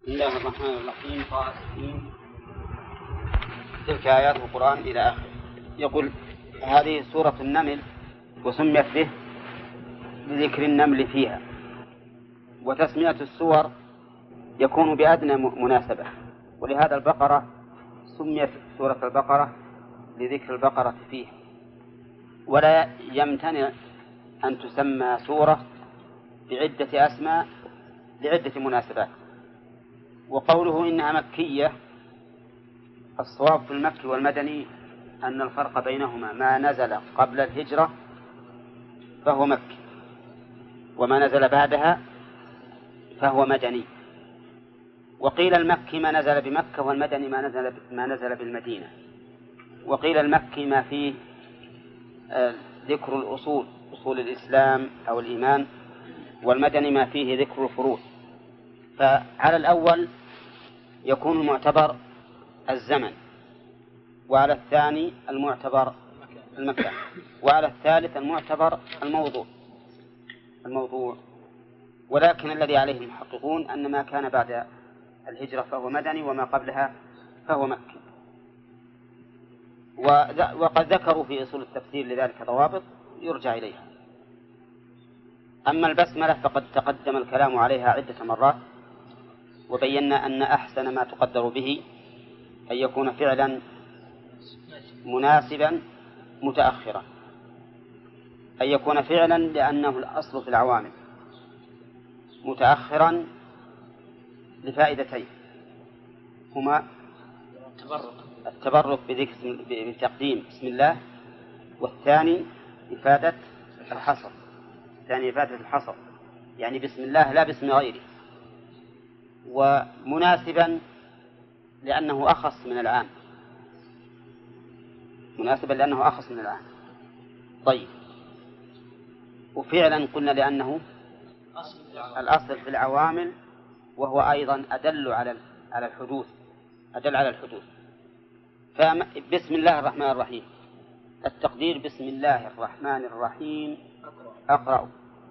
بسم الله الرحمن الرحيم. طاسين تلك آيات القرآن إلى آخره. يقول هذه سورة النمل وسميت به لذكر النمل فيها، وتسمية السور يكون بأدنى مناسبة، ولهذا البقرة سميت سورة البقرة لذكر البقرة فيها، ولا يمتنع أن تسمى سورة بعدة أسماء لعدة مناسبات. وقوله إنها مكية، الصواب في المكي والمدني أن الفرق بينهما ما نزل قبل الهجرة فهو مكي، وما نزل بعدها فهو مدني. وقيل المكي ما نزل بمكة، والمدني ما نزل بالمدينة. وقيل المكي ما فيه ذكر الأصول، أصول الإسلام أو الإيمان، والمدني ما فيه ذكر الفروع. فعلى الأول يكون المعتبر الزمن، وعلى الثاني المعتبر المكان، وعلى الثالث المعتبر الموضوع. ولكن الذي عليه المحققون أن ما كان بعد الهجرة فهو مدني، وما قبلها فهو مكي. وقد ذكروا في أصول التفسير لذلك ضوابط يرجع إليها. أما البسملة فقد تقدم الكلام عليها عدة مرات، وبينا أن أحسن ما تقدر به أن يكون فعلا مناسبا متأخرا، أن يكون فعلا لأنه الأصل في العوامل، متأخرا لفائدتين هما التبرك بتقديم بسم الله، والثاني إفادة الحصر. يعني بسم الله لا باسم غيره. ومناسبا لأنه أخص من العام، طيب. وفعلا قلنا لأنه الأصل في العوامل، وهو أيضا أدل على الحدوث. فبسم الله الرحمن الرحيم، التقدير بسم الله الرحمن الرحيم أقرأ.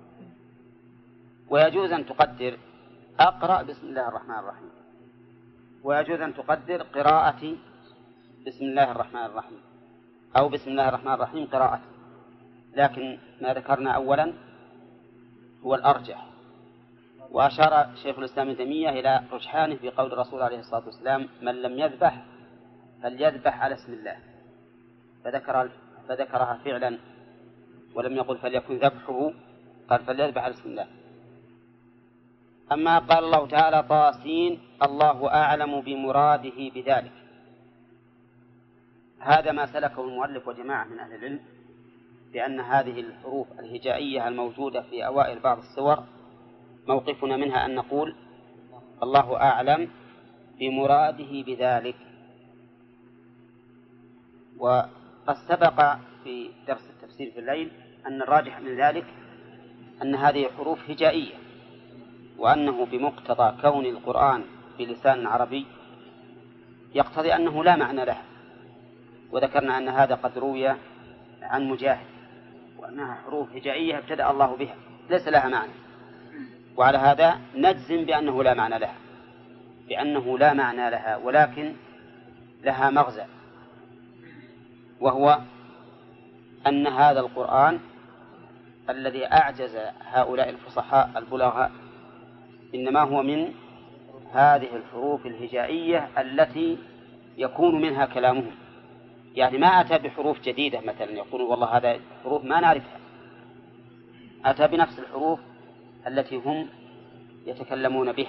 ويجوز أن تقدر أقرأ بسم الله الرحمن الرحيم، ويجوز أن تقدر قراءة بسم الله الرحمن الرحيم، أو بسم الله الرحمن الرحيم قراءة. لكن ما ذكرنا أولا هو الأرجح. وأشار شيخ الإسلام ابن تيمية إلى رجحانه في قول الرسول عليه الصلاة والسلام: من لم يذبح فليذبح على اسم الله، فذكرها فعلا، ولم يقل فليكن ذبحه، قال فليذبح على اسم الله. أما قال الله تعالى طاسين الله أعلم بمراده بذلك، هذا ما سلكه المؤلف وجماعة من أهل العلم، بأن هذه الحروف الهجائية الموجودة في أوائل بعض السور موقفنا منها أن نقول الله أعلم بمراده بذلك. وقد سبق في درس التفسير في الليل أن الراجح من ذلك أن هذه حروف هجائية، وأنه بمقتضى كون القرآن بلسان عربي يقتضي أنه لا معنى له. وذكرنا أن هذا قد روي عن مجاهد، وأنها حروف هجائية ابتدأ الله بها ليس لها معنى، وعلى هذا نجزم بأنه لا معنى لها، ولكن لها مغزى، وهو أن هذا القرآن الذي أعجز هؤلاء الفصحاء البلغاء إنما هو من هذه الحروف الهجائية التي يكون منها كلامهم. يعني ما أتى بحروف جديدة مثلا يقول والله هذا حروف ما نعرفها، أتى بنفس الحروف التي هم يتكلمون بها.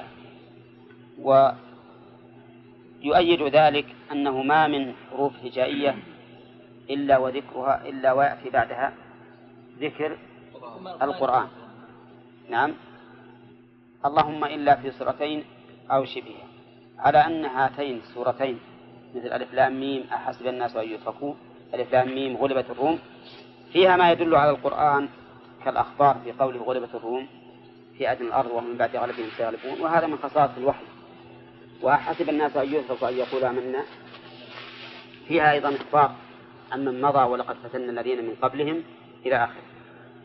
ويؤيد ذلك أنه ما من حروف هجائية إلا ويأتي بعدها ذكر القرآن. نعم، اللهم إلا في سورتين أو شبهها، على أن هاتين السورتين مثل ألف لام ميم أحسب الناس أن يتركوا، ألف لام ميم غلبت الروم، فيها ما يدل على القرآن كالأخبار في قوله غلبت الروم في أدنى الأرض وهم من بعد غلبهم سيغلبون، وهذا من خصائص الوحي. وأحسب الناس أن يتركوا أن يقولوا آمنا، فيها أيضا إخبار عمن مضى ولقد فتنا الذين من قبلهم إلى آخره.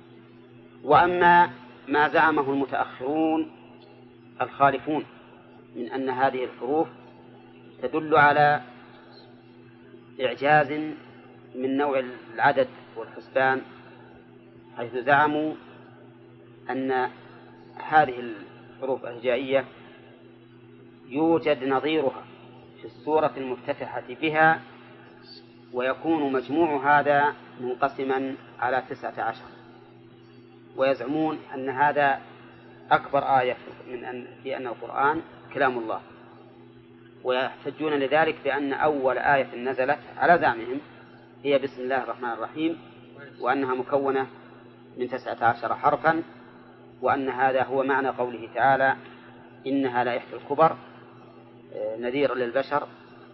وأما ما زعمه المتأخرون الخالفون من أن هذه الحروف تدل على إعجاز من نوع العدد والحسبان، حيث زعموا أن هذه الحروف الهجائية يوجد نظيرها في السورة المفتتحة بها، ويكون مجموع هذا منقسما على 19، ويزعمون أن هذا أكبر آية في أن القرآن كلام الله، ويحتجون لذلك بأن أول آية نزلت على زعمهم هي بسم الله الرحمن الرحيم، وأنها مكونة من 19 حرفا، وأن هذا هو معنى قوله تعالى إنها لإحدى الكبر نذير للبشر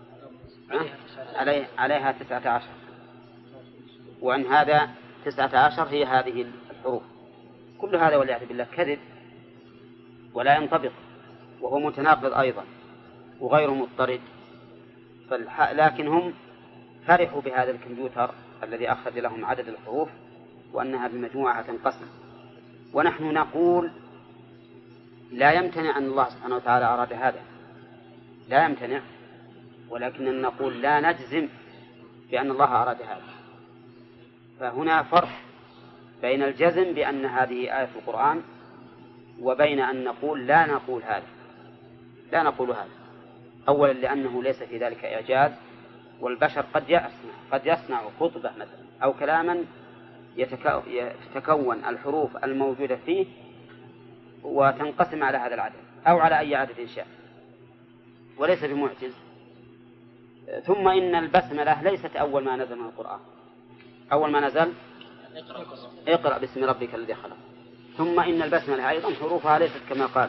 عليها 19، وأن هذا 19 هي هذه الحروف. كل هذا والعياذ بالله كذب ولا ينطبق، وهو متناقض أيضا وغير مضطرد. لكن هم فرحوا بهذا الكمبيوتر الذي أخرج لهم عدد الحروف وأنها بمجموعة تنقسم. ونحن نقول لا يمتنع أن الله سبحانه وتعالى أراد هذا، لا يمتنع، ولكن نقول لا نجزم بأن الله أراد هذا. فهنا فرق بين الجزم بأن هذه آية القرآن وبين أن نقول لا نقول هذا، لا نقول هذا. أولا لأنه ليس في ذلك إعجاز، والبشر قد يصنع خطبة مثلا أو كلاما يتكون الحروف الموجودة فيه وتنقسم على هذا العدد أو على أي عدد شاء، وليس بمعجز. ثم إن البسملة ليست أول ما نزل من القرآن، أول ما نزل اقرأ باسم ربك الذي خلق. ثم إن البسملة أيضا حروفها ليست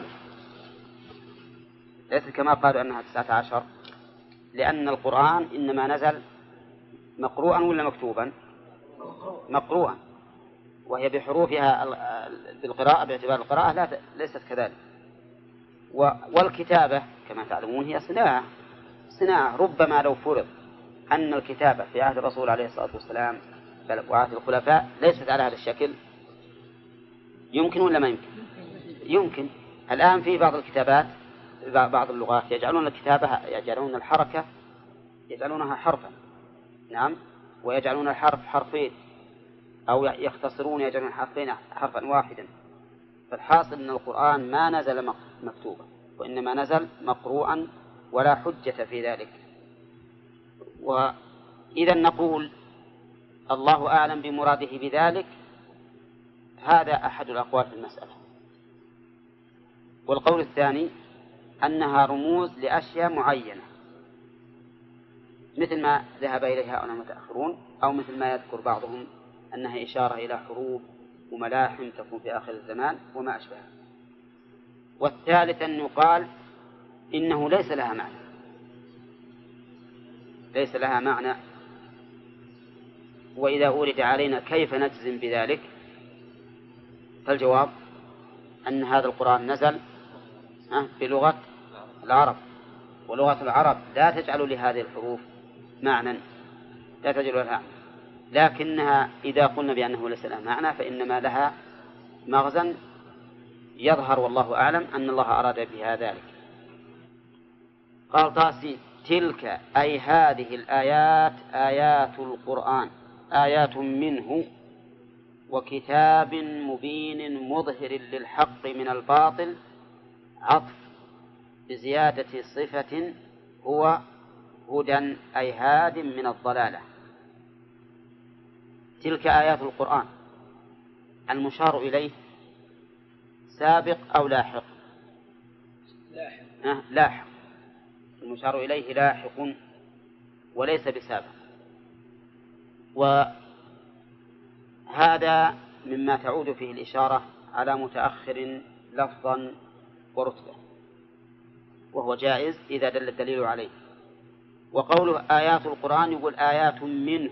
كما قالوا أنها 19، لأن القرآن إنما نزل مقروءا ولا مكتوبا؟ مقروءا، وهي بحروفها بالقراءة باعتبار القراءة ليست كذلك. والكتابة كما تعلمون هي صناعة. ربما لو فرض أن الكتابة في عهد الرسول عليه الصلاة والسلام وعهد الخلفاء ليست على هذا الشكل، يمكن ولا ما يمكن؟ يمكن. الآن في بعض الكتابات بعض اللغات يجعلون الكتابة يجعلون الحركة يجعلونها حرفا، نعم، ويجعلون الحرف حرفين، أو يختصرون يجعلون الحرفين حرفا واحدا. فالحاصل أن القرآن ما نزل مكتوبا، وإنما نزل مقروءا، ولا حجة في ذلك. وإذا نقول الله أعلم بمراده بذلك، هذا أحد الأقوال في المسألة. والقول الثاني أنها رموز لأشياء معينة، مثل ما ذهب إليها هؤلاء المتأخرون، أو مثل ما يذكر بعضهم أنها إشارة إلى حروب وملاحم تكون في آخر الزمان وما أشبهها. والثالث أن يقال إنه ليس لها معنى. وإذا أورد علينا كيف نجزم بذلك، فالجواب أن هذا القرآن نزل بلغة العرب، ولغة العرب لا تجعل لهذه الحروف معنى، لا تجعل لها، لكنها إذا قلنا بأنه ليس لها معنى فإنما لها مغزى يظهر والله أعلم أن الله أراد بها ذلك. قال طاسي تلك أي هذه الآيات آيات القرآن آيات منه وكتاب مبين مظهر للحق من الباطل، عطف بزيادة صفة هو هدى أي هاد من الضلالة. تلك آيات القرآن، المشار إليه سابق أو لاحق؟ لاحق. المشار إليه لاحق وليس بسابق. وهذا مما تعود فيه الإشارة على متأخر لفظا ورتبة، وهو جائز إذا دل الدليل عليه. وقوله آيات القرآن يقول آيات منه،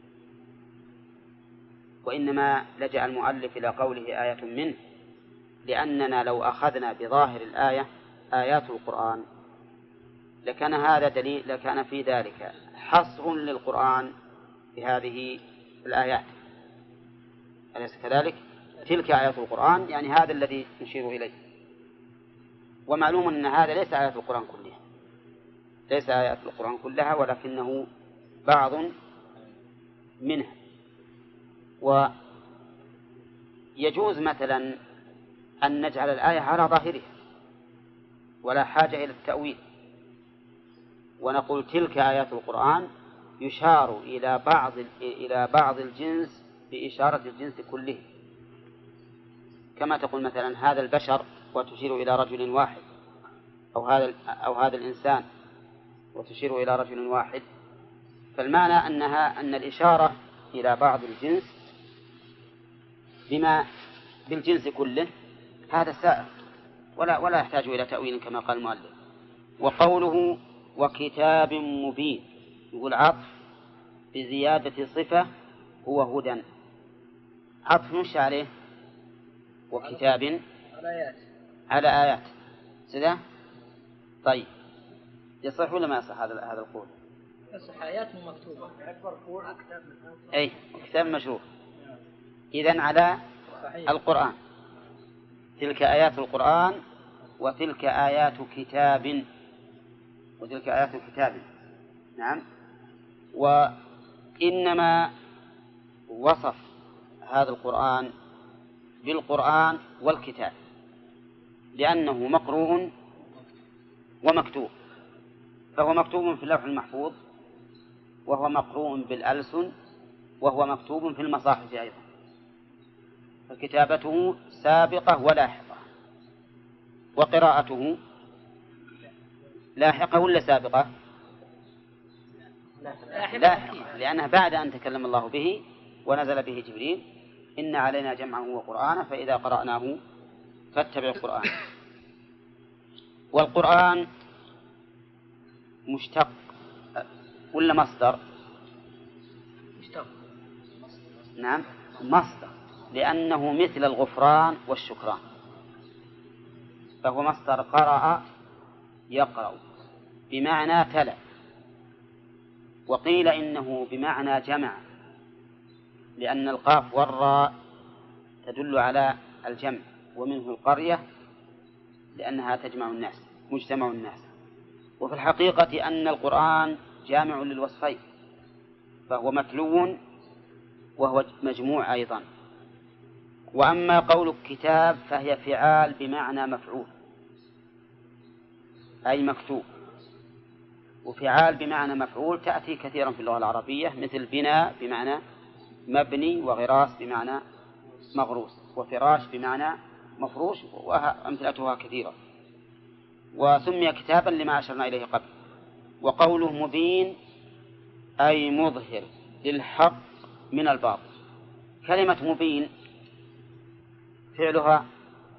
وإنما لجأ المؤلف إلى قوله آيات منه لأننا لو أخذنا بظاهر الآية آيات القرآن لكان هذا دليل، لكان في ذلك حصر للقرآن بهذه الآيات، أليس كذلك؟ تلك آيات القرآن يعني هذا الذي نشير إليه. ومعلوم أن هذا ليس آيات القرآن كلها، ليس آيات القرآن كلها، ولكنه بعض منها. ويجوز مثلا أن نجعل الآية على ظاهرها ولا حاجة إلى التأويل، ونقول تلك آيات القرآن يشار إلى بعض الجنس بإشارة الجنس كله، كما تقول مثلا هذا البشر وتشير إلى رجل واحد، أو هذا الإنسان وتشير إلى رجل واحد. فالمعنى أن الإشارة إلى بعض الجنس بالجنس كله هذا سائر ولا يحتاج إلى تأويل كما قال المؤلف. وقوله وكتاب مبين، يقول عطف بزيادة صفة هو هدى، عطف مش عليه وكتاب على آيات سده. طيب يصح ولا ما يصح هذا القول؟ يصح، آيات مكتوبة. أي كتاب مشروع. إذن على القرآن، تلك آيات القرآن وتلك آيات كتاب، نعم. وإنما وصف هذا القرآن بالقرآن والكتاب لأنه مقروء ومكتوب، فهو مكتوب في اللوح المحفوظ، وهو مقروء بالألسن، وهو مكتوب في المصاحف أيضا، فكتابته سابقة ولاحقة، وقراءته لاحقة ولا سابقة؟ لاحقة، لأنها بعد أن تكلم الله به ونزل به جبريل: إن علينا جمعه وقرآنه فإذا قرأناه فاتبع القرآن. والقرآن مشتق ولا مصدر؟ مشتق. نعم مصدر، لأنه مثل الغفران والشكران، فهو مصدر قرأ يقرأ بمعنى تلا. وقيل إنه بمعنى جمع، لأن القاف والراء تدل على الجمع، ومنه القرية لأنها تجمع الناس، مجتمع الناس. وفي الحقيقة أن القرآن جامع للوصفين، فهو متلو وهو مجموع أيضا. وأما قول كتاب فهي فعال بمعنى مفعول، أي مكتوب. وفعال بمعنى مفعول تأتي كثيرا في اللغة العربية، مثل بناء بمعنى مبني، وغراس بمعنى مغروس، وفراش بمعنى مفروش، وأمثلتها كثيرة. وسمي كتابا لما أشرنا إليه قبل. وقوله مبين أي مظهر للحق من الباطل. كلمة مبين فعلها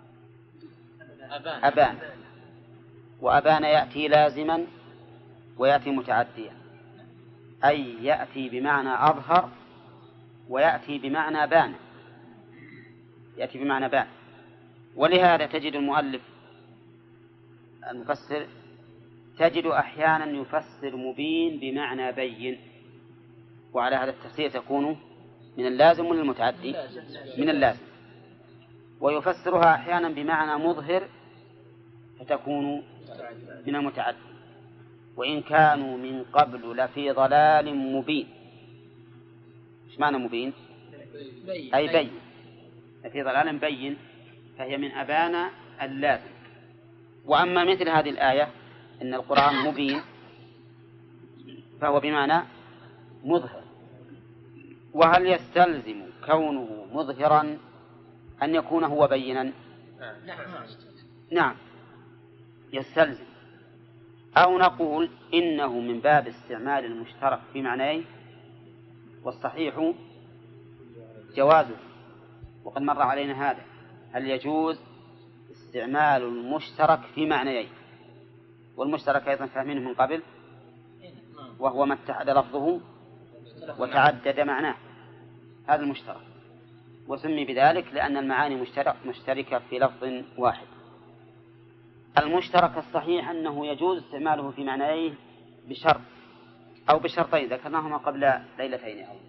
أبان، وأبان يأتي لازما ويأتي متعديا، أي يأتي بمعنى أظهر ويأتي بمعنى بان، يأتي بمعنى بان. ولهذا تجد المؤلف المفسر تجد أحيانا يفسر مبين بمعنى بين، وعلى هذا التفسير تكون من اللازم ولا المتعدي؟ من اللازم. ويفسرها أحيانا بمعنى مظهر فتكون من المتعدي. وإن كانوا من قبل لفي ضلال مبين. إيش معنى مبين؟ أي بين، لفي ضلال بين، فهي من أبان اللازم. وأما مثل هذه الآية إن القرآن مبين فهو بمعنى مظهر. وهل يستلزم كونه مظهرا أن يكون هو بينا؟ نعم يستلزم. أو نقول إنه من باب استعمال المشترك في معناه، والصحيح جوازه، وقد مر علينا هذا. هل يجوز استعمال المشترك في معنيه؟ والمشترك أيضا فهمينه من قبل، وهو ما اتحد لفظه وتعدد معناه، هذا المشترك، وسمي بذلك لأن المعاني مشتركة في لفظ واحد. المشترك الصحيح أنه يجوز استعماله في معنيه بشرط أو بشرطين ذكرناهما قبل ليلتين، أو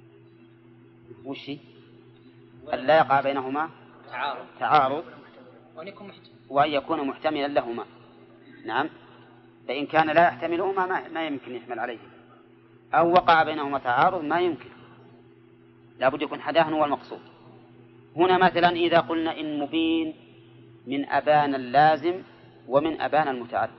وشي أن لا يقع بينهما تعارض، وأن يكون محتملا لهما. نعم، فإن كان لا يحتملهما ما يمكن يحمل عليه، أو وقع بينهما تعارض ما يمكن، لابد يكون حداهن هو المقصود. هنا مثلا إذا قلنا إن مبين من أبان اللازم ومن أبان المتعدي،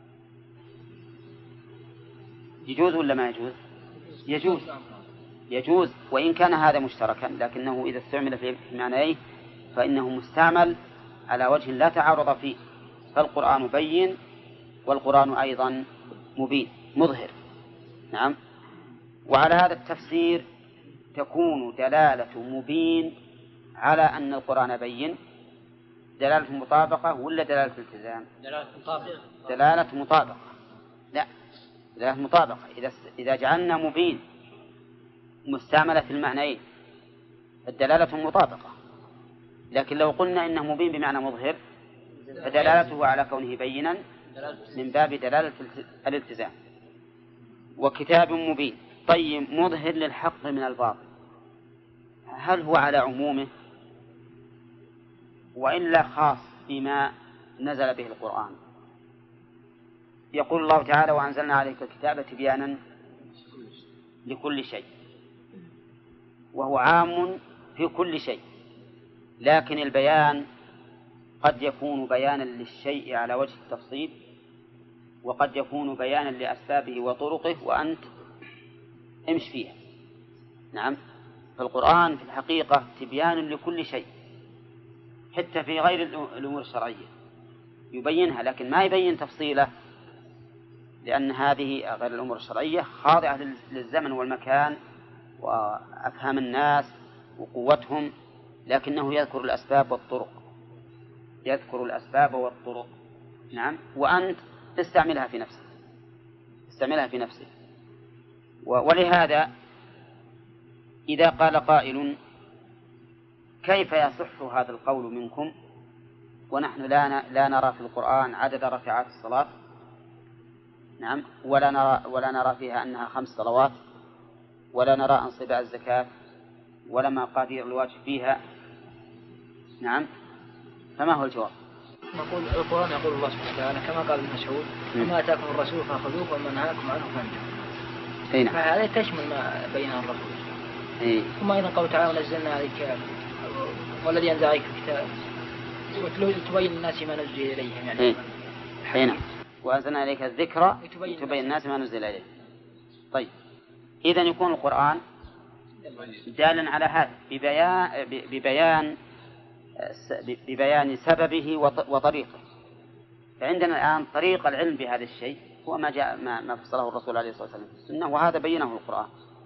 يجوز ولا ما يجوز؟ يجوز، يجوز، وإن كان هذا مشتركا، لكنه إذا استعمل في معنيه فإنه مستعمل على وجه لا تعارض فيه، فالقرآن بين والقرآن أيضا مبين مظهر. نعم، وعلى هذا التفسير تكون دلالة مبين على أن القرآن بين دلالة مطابقة ولا دلالة التزام؟ دلالة مطابقة. لا، دلالة مطابقة. إذا جعلنا مبين مستعملة في المعنيين الدلالة مطابقة، لكن لو قلنا إنه مبين بمعنى مظهر فدلالته على كونه بينا من باب دلالة الالتزام. وكتاب مبين. طيب، مظهر للحق من الباطل، هل هو على عمومه وإلا خاص بما نزل به القرآن؟ يقول الله تعالى: وأنزلنا عليك الكتاب تبيانا لكل شيء، وهو عام في كل شيء، لكن البيان قد يكون بيانا للشيء على وجه التفصيل، وقد يكون بيانا لأسبابه وطرقه وأنت امش فيها. نعم، فالقرآن في الحقيقة تبيان لكل شيء، حتى في غير الأمور الشرعية يبينها، لكن ما يبين تفصيله، لأن هذه غير الأمور الشرعية خاضعة للزمن والمكان وأفهام الناس وقوتهم، لكنه يذكر الأسباب والطرق، يذكر الأسباب والطرق. نعم، وأنت تستعملها في نفسك، تستعملها في نفسك. ولهذا إذا قال قائل: كيف يصح هذا القول منكم ونحن لا نرى في القرآن عدد ركعات الصلاة؟ نعم، ولا نرى فيها أنها 5 صلوات، ولا نرى أنصباء الزكاة، ولا مقادير الواجب فيها. نعم، فما هو الجواب؟ نقول القرآن يقول الله سبحانه وتعالى كما قال ابن مسعود: وما أتاكم الرسول فخذوه وما نهاكم عنه فانتهوا. فهذا تشمل ما بينه الرسول. ثم أيضا قول تعالى: ونزلنا عليك والذي أنزل عليك الكتاب تبين الناس ما نزل إليهم. يعني حين وأنزلنا عليك الذكر تبين الناس ما نزل إليهم. طيب، إذن يكون القرآن دالا على هذا ببيان سببه وطريقه. فعندنا الآن طريق العلم بهذا الشيء هو ما فصله الرسول عليه الصلاة والسلام في السنة، وهذا بينه القرآن.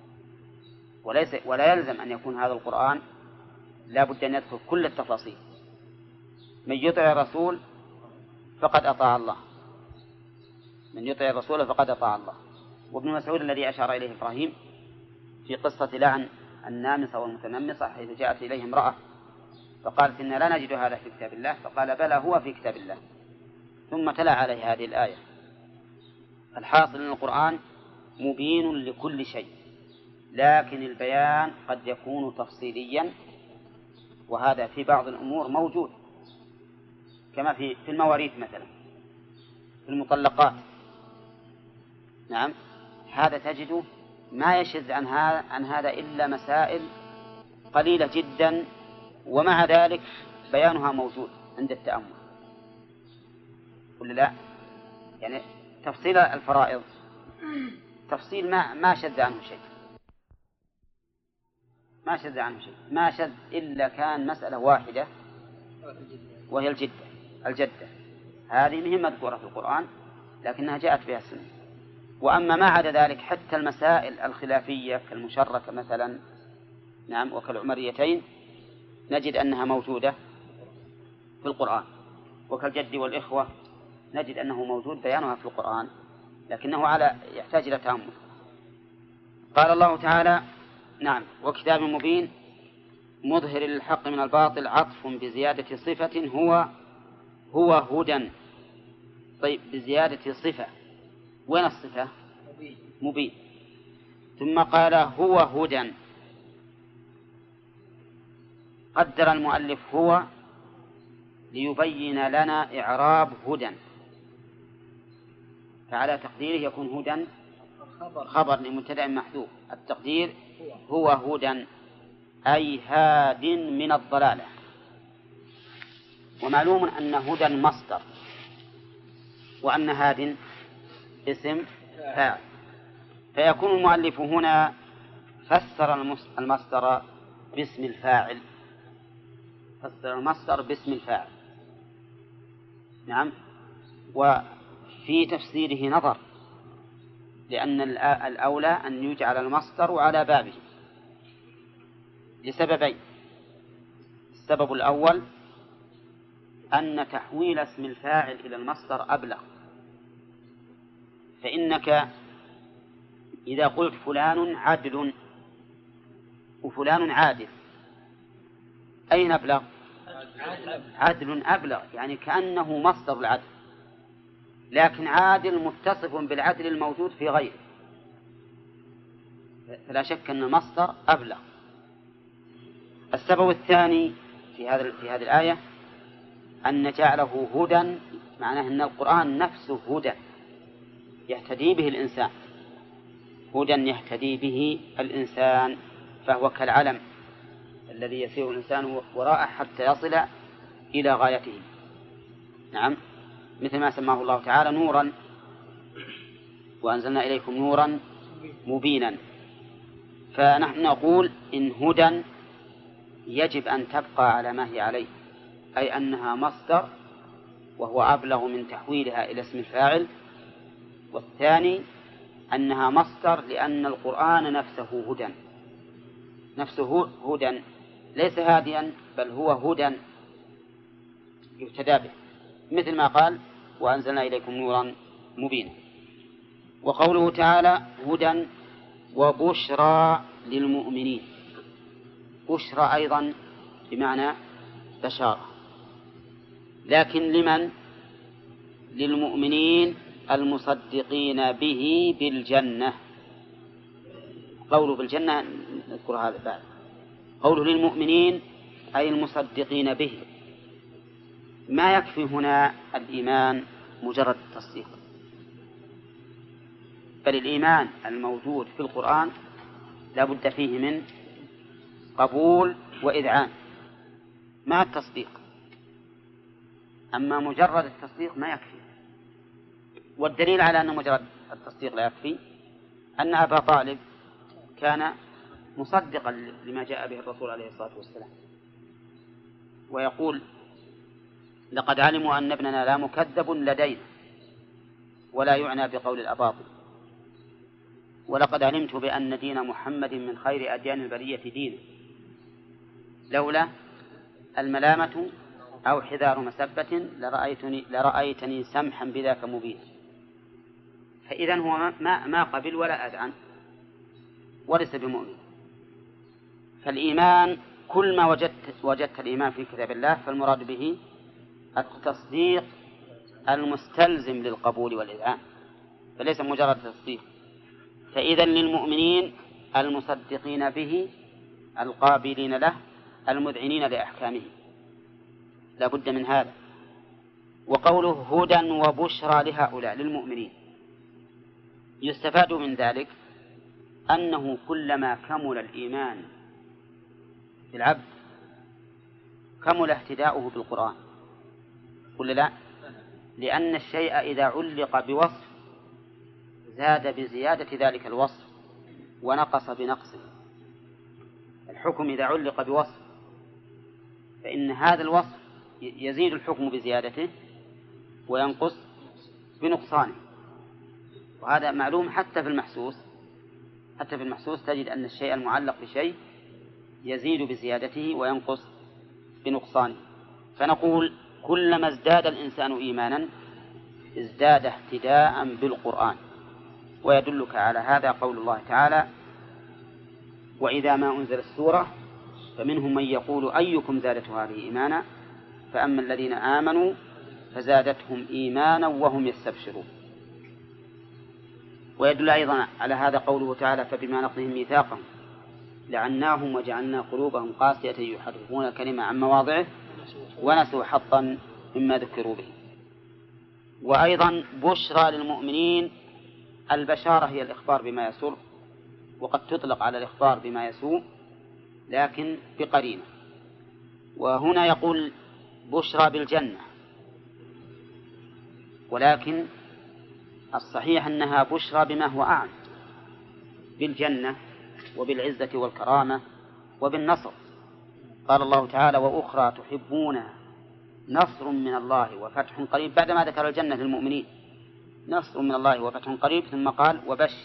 ولا يلزم أن يكون هذا القرآن لا بد أن يذكر كل التفاصيل. من يطع الرسول فقد أطاع الله، من يطع الرسول فقد أطاع الله. وابن مسعود الذي أشار إليه إبراهيم في قصة لعن النامصة والمتنمصة حيث جاءت إليه امرأة فقالت: إن لا نجد هذا في كتاب الله، فقال: بلى، هو في كتاب الله، ثم تلا عليه هذه الآية. الحاصل أن القرآن مبين لكل شيء، لكن البيان قد يكون تفصيليا، وهذا في بعض الأمور موجود، كما في المواريث مثلا، في المطلقات. نعم، هذا تجده ما يشذ عن هذا إلا مسائل قليلة جدا، ومع ذلك بيانها موجود عند التأمل، ولا لا؟ يعني تفصيل الفرائض تفصيل ما شذ عنه شيء، ما شذ إلا كان مسألة واحدة وهي الجدة. هذه مهمة مذكورة في القرآن لكنها جاءت بها السنة. وأما ما عدا ذلك حتى المسائل الخلافية كالمشركة مثلا، نعم، وكالعمريتين نجد أنها موجودة في القرآن، وكالجد والإخوة نجد أنه موجود بيانها في القرآن، لكنه يحتاج إلى تأمل. قال الله تعالى: نعم، وكتاب مبين مظهر للحق من الباطل، عطف بزيادة صفة هو هدى. طيب، بزيادة صفة، وين الصفة؟ مبين. ثم قال: هو هدى. قدر المؤلف هو ليبين لنا إعراب هدى، فعلى تقديره يكون هدى خبر لمبتدأ محذوف، التقدير هو هدى أي هاد من الضلالة. ومعلوم أن هدى مصدر، وأن هاد اسم فاعل، فيكون المؤلف هنا فسر المصدر باسم الفاعل، فسر المصدر باسم الفاعل. نعم. وفي تفسيره نظر، لأن الأولى أن يجعل المصدر على بابه لسببين. السبب الأول أن تحويل اسم الفاعل إلى المصدر أبلغ، فإنك إذا قلت فلان عدل وفلان عادل، أين أبلغ؟ عدل أبلغ، يعني كأنه مصدر العدل، لكن عادل متصف بالعدل الموجود في غيره، فلا شك أن المصدر أبلغ. السبب الثاني في هذه الآية أن جعله هدى، معناه أن القرآن نفسه هدى يهتدي به الإنسان، هدى يهتدي به الإنسان، فهو كالعلم الذي يسير الإنسان وراءه حتى يصل إلى غايته. نعم، مثل ما سماه الله تعالى نورا، وأنزلنا إليكم نورا مبينا. فنحن نقول إن هدى يجب أن تبقى على ما هي عليه، أي أنها مصدر وهو أبلغ من تحويلها إلى اسم الفاعل. والثاني أنها مصدر لأن القرآن نفسه هدى، نفسه هدى ليس هاديا بل هو هدى يهتدى به، مثل ما قال وأنزلنا إليكم نورا مبينا. وقوله تعالى هدى وبشرى للمؤمنين، بشرى أيضا بمعنى بشارة، لكن لمن؟ للمؤمنين المصدقين به بالجنة. قوله بالجنة نذكر هذا بعد. قوله للمؤمنين أي المصدقين به، ما يكفي هنا الإيمان مجرد التصديق، بل الإيمان الموجود في القرآن لا بد فيه من قبول وإذعان مع التصديق، أما مجرد التصديق ما يكفي. والدليل على أن مجرد التصديق لا يكفي أن أبا طالب كان مصدقا لما جاء به الرسول عليه الصلاة والسلام، ويقول لقد علموا أن ابننا لا مكذب لدينا ولا يعنى بقول الأباطل، ولقد علمت بأن دين محمد من خير أديان البرية دينا، لولا الملامة أو حذار مسبة لرأيتني سمحا بذاك مبين. فإذن هو ما قبل ولا أذعن وليس بمؤمن. فالإيمان كل ما وجدت الإيمان في كتاب الله فالمراد به التصديق المستلزم للقبول والإذعان، فليس مجرد تصديق. فإذن للمؤمنين المصدقين به القابلين له المذعنين لأحكامه، لا بد من هذا. وقوله هدى وبشرى لهؤلاء للمؤمنين، يستفاد من ذلك أنه كلما كمل الإيمان في العبد كمل اهتداؤه بالقرآن، قل لا، لأن الشيء إذا علق بوصف زاد بزيادة ذلك الوصف ونقص بنقصه. الحكم إذا علق بوصف فإن هذا الوصف يزيد الحكم بزيادته وينقص بنقصانه، وهذا معلوم حتى في المحسوس. حتى في المحسوس تجد أن الشيء المعلق بشيء يزيد بزيادته وينقص بنقصانه. فنقول كلما ازداد الإنسان إيمانا ازداد اهتداء بالقرآن. ويدلك على هذا قول الله تعالى وإذا ما أنزل السورة فمنهم من يقول أيكم زادته هذه إيمانا فأما الذين آمنوا فزادتهم إيمانا وهم يستبشرون. ويدل أيضا على هذا قوله تعالى فبما نقضهم ميثاقهم لعناهم وجعلنا قلوبهم قاسية يحرفون الكلمة عن مواضعه ونسوا حظا مما ذكروا به. وأيضا بشرى للمؤمنين، البشارة هي الإخبار بما يسر، وقد تطلق على الإخبار بما يسوء لكن بقرينة. وهنا يقول بشرى بالجنة، ولكن الصحيح أنها بشرى بما هو أعم، بالجنة وبالعزة والكرامة وبالنصر. قال الله تعالى: وأخرى تحبونها نصر من الله وفتح قريب، بعدما ذكر الجنة للمؤمنين نصر من الله وفتح قريب، ثم قال: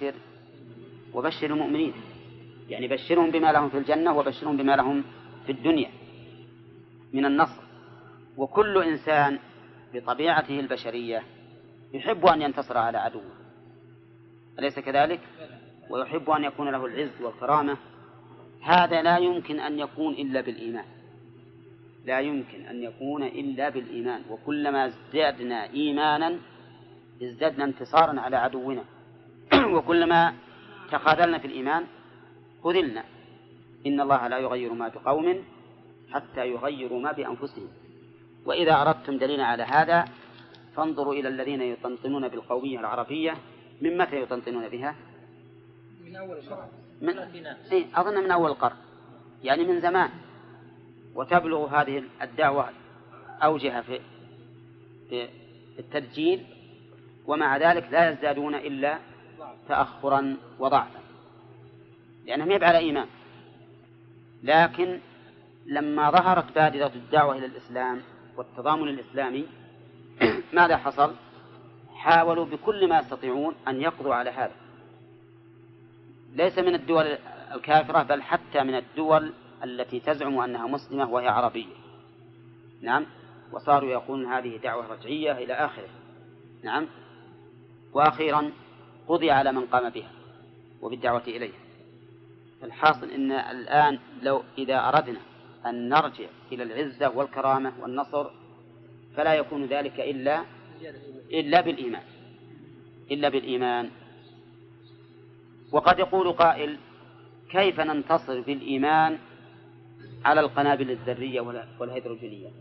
وبشر المؤمنين، يعني بشرهم بما لهم في الجنة وبشرهم بما لهم في الدنيا من النصر. وكل إنسان بطبيعته البشرية يحب أن ينتصر على عدوه، أليس كذلك؟ ويحب أن يكون له العز والكرامة. هذا لا يمكن أن يكون إلا بالإيمان، لا يمكن أن يكون إلا بالإيمان. وكلما ازددنا إيمانا ازددنا انتصارا على عدونا وكلما تخاذلنا في الإيمان خذلنا. إن الله لا يغير ما بقوم حتى يغيروا ما بأنفسهم. وإذا أردتم دليلا على هذا فانظروا إلى الذين يطنطنون بالقومية العربية. من متى يطنطنون بها؟ من أول القرن، أظن من أول القرن، يعني من زمان. وتبلغ هذه الدعوة أوجها في التدجيل، ومع ذلك لا يزدادون إلا تأخرا وضعفا، لأنهم يبقى على إيمان. لكن لما ظهرت بادرة الدعوة إلى الإسلام والتضامن الإسلامي ماذا حصل؟ حاولوا بكل ما يستطيعون أن يقضوا على هذا، ليس من الدول الكافرة بل حتى من الدول التي تزعم أنها مسلمة وهي عربية. نعم، وصاروا يقولون هذه دعوة رجعية إلى آخره. نعم، وأخيرا قضي على من قام بها وبالدعوة إليه. الحاصل إن الآن لو إذا أردنا أن نرجع إلى العزة والكرامة والنصر فلا يكون ذلك إلا بالإيمان. وقد يقول قائل: كيف ننتصر بالإيمان على القنابل الذرية والهيدروجينية؟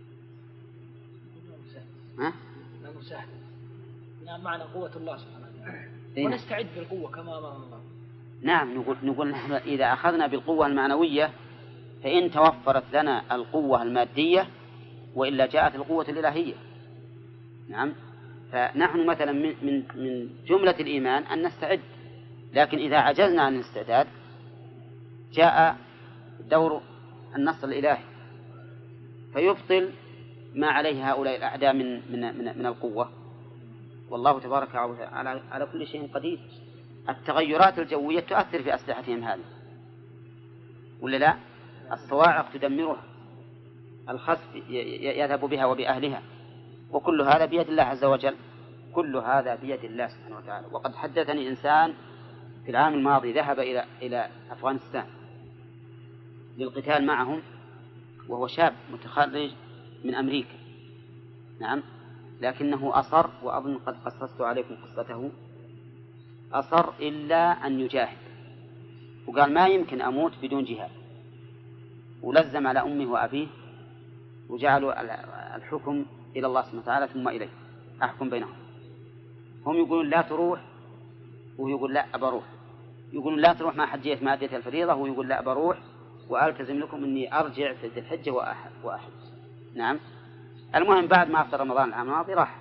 سهل. معنى قوة الله سبحانه وتعالى، ونستعد بالقوة كما أمر الله. نعم، نقول نحن إذا أخذنا بالقوة المعنوية فإن توفرت لنا القوة المادية وإلا جاءت القوة الإلهية. نعم، فنحن مثلا من جملة الإيمان أن نستعد، لكن إذا عجزنا عن الاستعداد جاء دور النصر الإلهي فيبطل ما عليه هؤلاء الأعداء من القوة. والله تبارك وتعالى على كل شيء قدير. التغيرات الجوية تؤثر في أسلحتهم هذه ولا لا؟ الصواعق تدمرها، الخسف يذهب بها وبأهلها، وكل هذا بيد الله عز وجل، كل هذا بيد الله سبحانه وتعالى. وقد حدثني إنسان في العام الماضي ذهب إلى أفغانستان للقتال معهم، وهو شاب متخرج من أمريكا. نعم، لكنه أصر، وأظن قد قصصت عليكم قصته، أصر إلا أن يجاهد، وقال ما يمكن أموت بدون جهاد، ولزم على أمه وأبيه وجعلوا الحكم إلى الله سبحانه وتعالى ثم إليه أحكم بينهم. هم يقولون لا تروح وهو يقول لا أبروح، يقولون لا تروح ما حجيت ما أديت الفريضة وهو يقول لا بروح وألتزم لكم أني أرجع في ذي الحجة وأحج. نعم، المهم بعد ما أفطر رمضان العام الماضي راح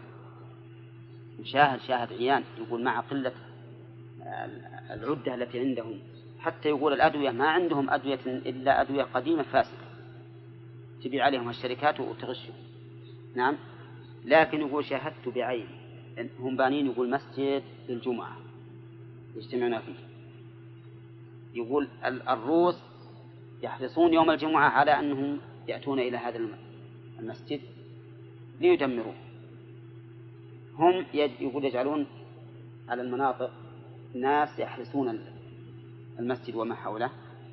شاهد عيان، يقول مع قلة العدة التي عندهم، حتى يقول الأدوية ما عندهم أدوية إلا أدوية قديمة فاسدة تبيع عليهم الشركات وتغشهم. نعم، لكن يقول شاهدت بعين، هم بانين يقول مسجد للجمعة يجتمعون فيه. يقول الروس يحرصون يوم الجمعة على أنهم يأتون إلى هذا المسجد ليدمروه. هم يقول يجعلون على المناطق ناس يحرسون المسجد وما حوله،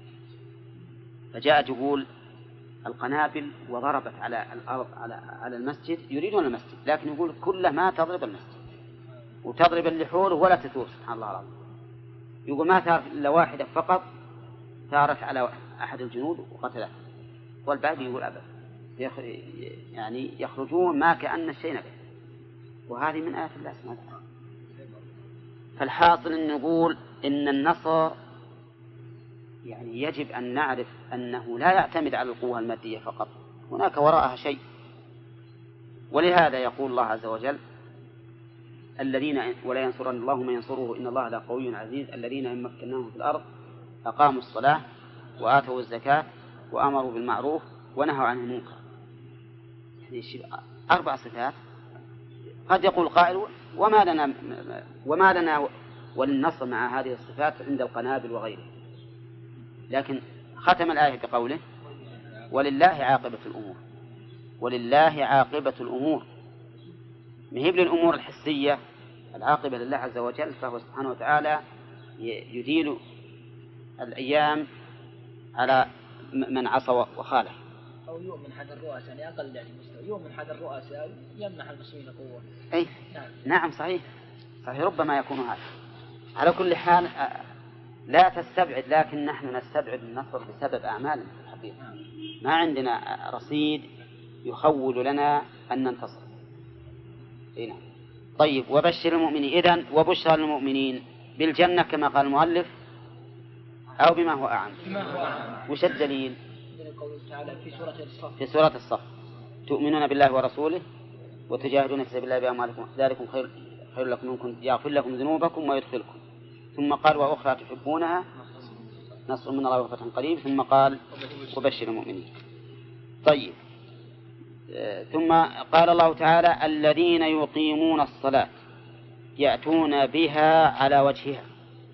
فجاءت يقول القنابل وضربت على الأرض على المسجد، يريدون المسجد، لكن يقول كله ما تضرب المسجد وتضرب اللي حوله ولا تثور. سبحان الله العظيم. يقول ما ثارت إلا واحدة فقط ثارت على أحد الجنود وقتله، والباقي يقول أبدا. يعني يخرجون ما كأن الشيء نبه، وهذه من آيات الله سبحانه وتعالى. فالحاصل أن نقول إن النصر يعني يجب أن نعرف أنه لا يعتمد على القوة المادية فقط، هناك وراءها شيء. ولهذا يقول الله عز وجل الذين ولا ينصرن الله من ينصره إن الله لقوي عزيز الذين إن مكناهم في الأرض أقاموا الصلاة وآتوا الزكاة وأمروا بالمعروف ونهوا عن المنكر. يعني 4 صفات. قد يقول قائل وما لنا وللنصر مع هذه الصفات عند القنابل وغيره، لكن ختم الآية بقوله ولله عاقبة الأمور. ولله عاقبة الأمور، مهيب للأمور الحسية، العاقبة لله عز وجل، فهو سبحانه وتعالى يديل الأيام على من عصى وخالف. أو يؤمن حد الرؤساء أقل يعني مستوى، يؤمن حد الرؤساء يمنح المسلمين قوة. أي نعم صحيح، ربما يكون هذا. على كل حال لا تستبعد، لكن نحن نستبعد النصر بسبب أعمالنا في الحقيقة. ما عندنا رصيد يخول لنا أن ننتصر. هنا. طيب وبشر المؤمنين، إذن وبشر المؤمنين بالجنة كما قال المؤلف أو بما هو أعم. وش الدليل؟ في سورة الصف تؤمنون بالله ورسوله وتجاهدون في سبيل الله بأموالكم ذلكم خير لكم منكم يغفر لكم ذنوبكم ويدخلكم. ثم قال وأخرى تحبونها نصر من الله وفتح قريب. ثم قال وبشر المؤمنين. طيب ثم قال الله تعالى الذين يقيمون الصلاة يأتون بها على وجهها.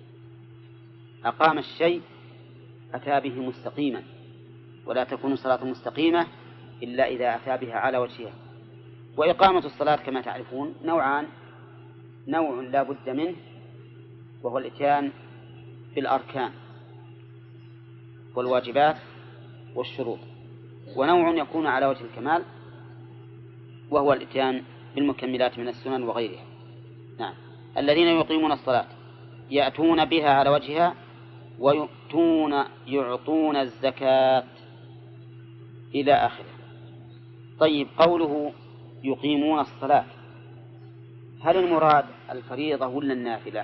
أقام الشيء أتى به مستقيما، ولا تكون الصلاة مستقيمة إلا إذا أتى بها على وجهها. وإقامة الصلاة كما تعرفون نوعان، نوع لا بد منه وهو الإتيان بالأركان والواجبات والشروط، ونوع يكون على وجه الكمال وهو الإتيان بالمكملات من السنن وغيرها. نعم. الذين يقيمون الصلاة يأتون بها على وجهها يعطون الزكاة إلى آخره. طيب قوله يقيمون الصلاة، هل المراد الفريضة ولا النافلة؟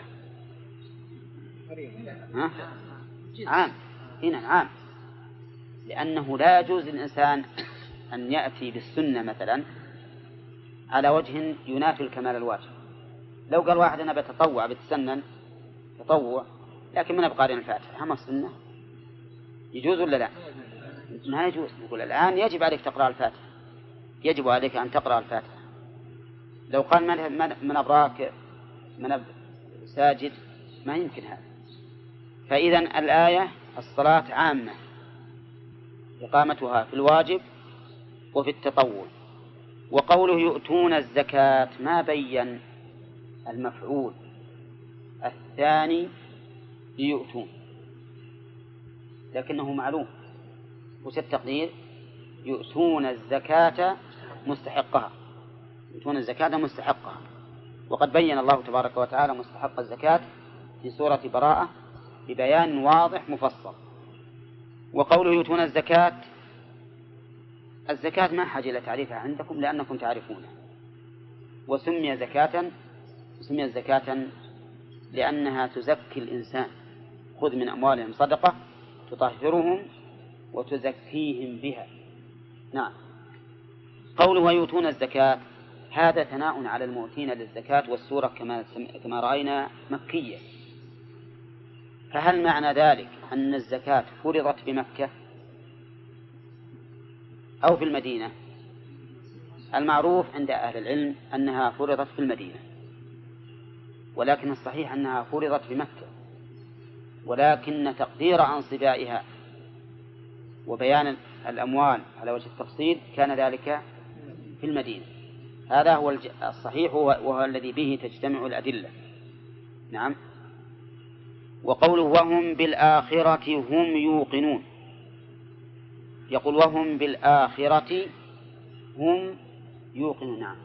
عام. هنا عام، لأنه لا يجوز للإنسان أن يأتي بالسنة مثلا على وجه ينافي الكمال الواجب. لو قال واحد أنا بتطوع بتسنن تطوع لكن من أبقارين الفاتحة هم السنة، يجوز ولا لا؟ ما يجوز. نقول الآن يجب عليك تقرأ الفاتحة، يجب عليك أن تقرأ الفاتحة. لو قال من أبراك من ساجد ما يمكن هذا. فإذا الآية الصلاة عامة إقامتها في الواجب وفي التطوع. وقوله يؤتون الزكاة ما بين المفعول الثاني ليؤتون، لكنه معلوم. وش التقدير؟ يؤتون الزكاة مستحقها، يؤتون الزكاة مستحقها. وقد بين الله تبارك وتعالى مستحق الزكاة في سورة براءة ببيان واضح مفصل. وقوله يؤتون الزكاة، الزكاة ما حاجة إلى تعريفها عندكم لأنكم تعرفونها. وسمي زكاة لأنها تزكي الإنسان، خذ من أموالهم صدقة تطهرهم وتزكيهم بها. نعم. قوله ويؤتون الزكاة هذا ثناء على المؤتين للزكاة، والسورة كما رأينا مكية. فهل معنى ذلك أن الزكاة فرضت بمكة أو في المدينة؟ المعروف عند أهل العلم أنها فرضت في المدينة، ولكن الصحيح أنها فرضت بمكة، ولكن تقدير أنصبائها وبيان الأموال على وجه التفصيل كان ذلك في المدينة. هذا هو الصحيح وهو الذي به تجتمع الأدلة. نعم. وقوله وهم بالآخرة هم يوقنون، يقول وهم بالآخرة هم يوقنون. نعم.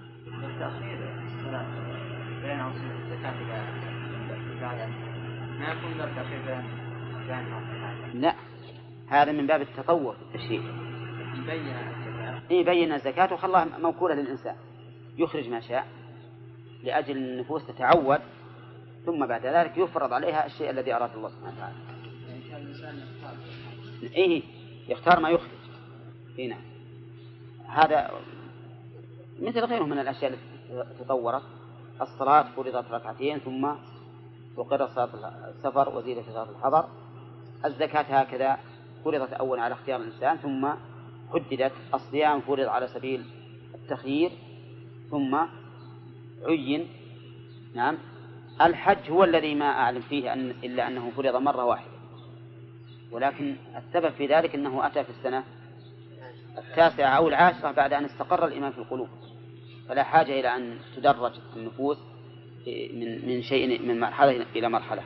لا، هذا من باب التطور في التشريع. بين الزكاة وخلاها موكولة للإنسان يخرج ما شاء لأجل النفوس تتعود، ثم بعد ذلك يفرض عليها الشيء الذي أراد الله سبحانه وتعالى. كان الإنسان يختار ما يخرج. هنا هذا مثل غيره من الأشياء التي تطورت. الصلاة فرضت ركعتين ثم وقرأت صلاة السفر وزيدت صلاة الحضر. الزكاة هكذا فرضت أولا على اختيار الإنسان ثم حددت. الصيام فرض على سبيل التخيير ثم عين. نعم. الحج هو الذي ما أعلم فيه إلا أنه فرض مرة واحدة، ولكن السبب في ذلك أنه أتى في السنة 9 أو 10 بعد أن استقر الإيمان في القلوب، فلا حاجة إلى أن تدرج النفوس من شيء من مرحلة إلى مرحلة.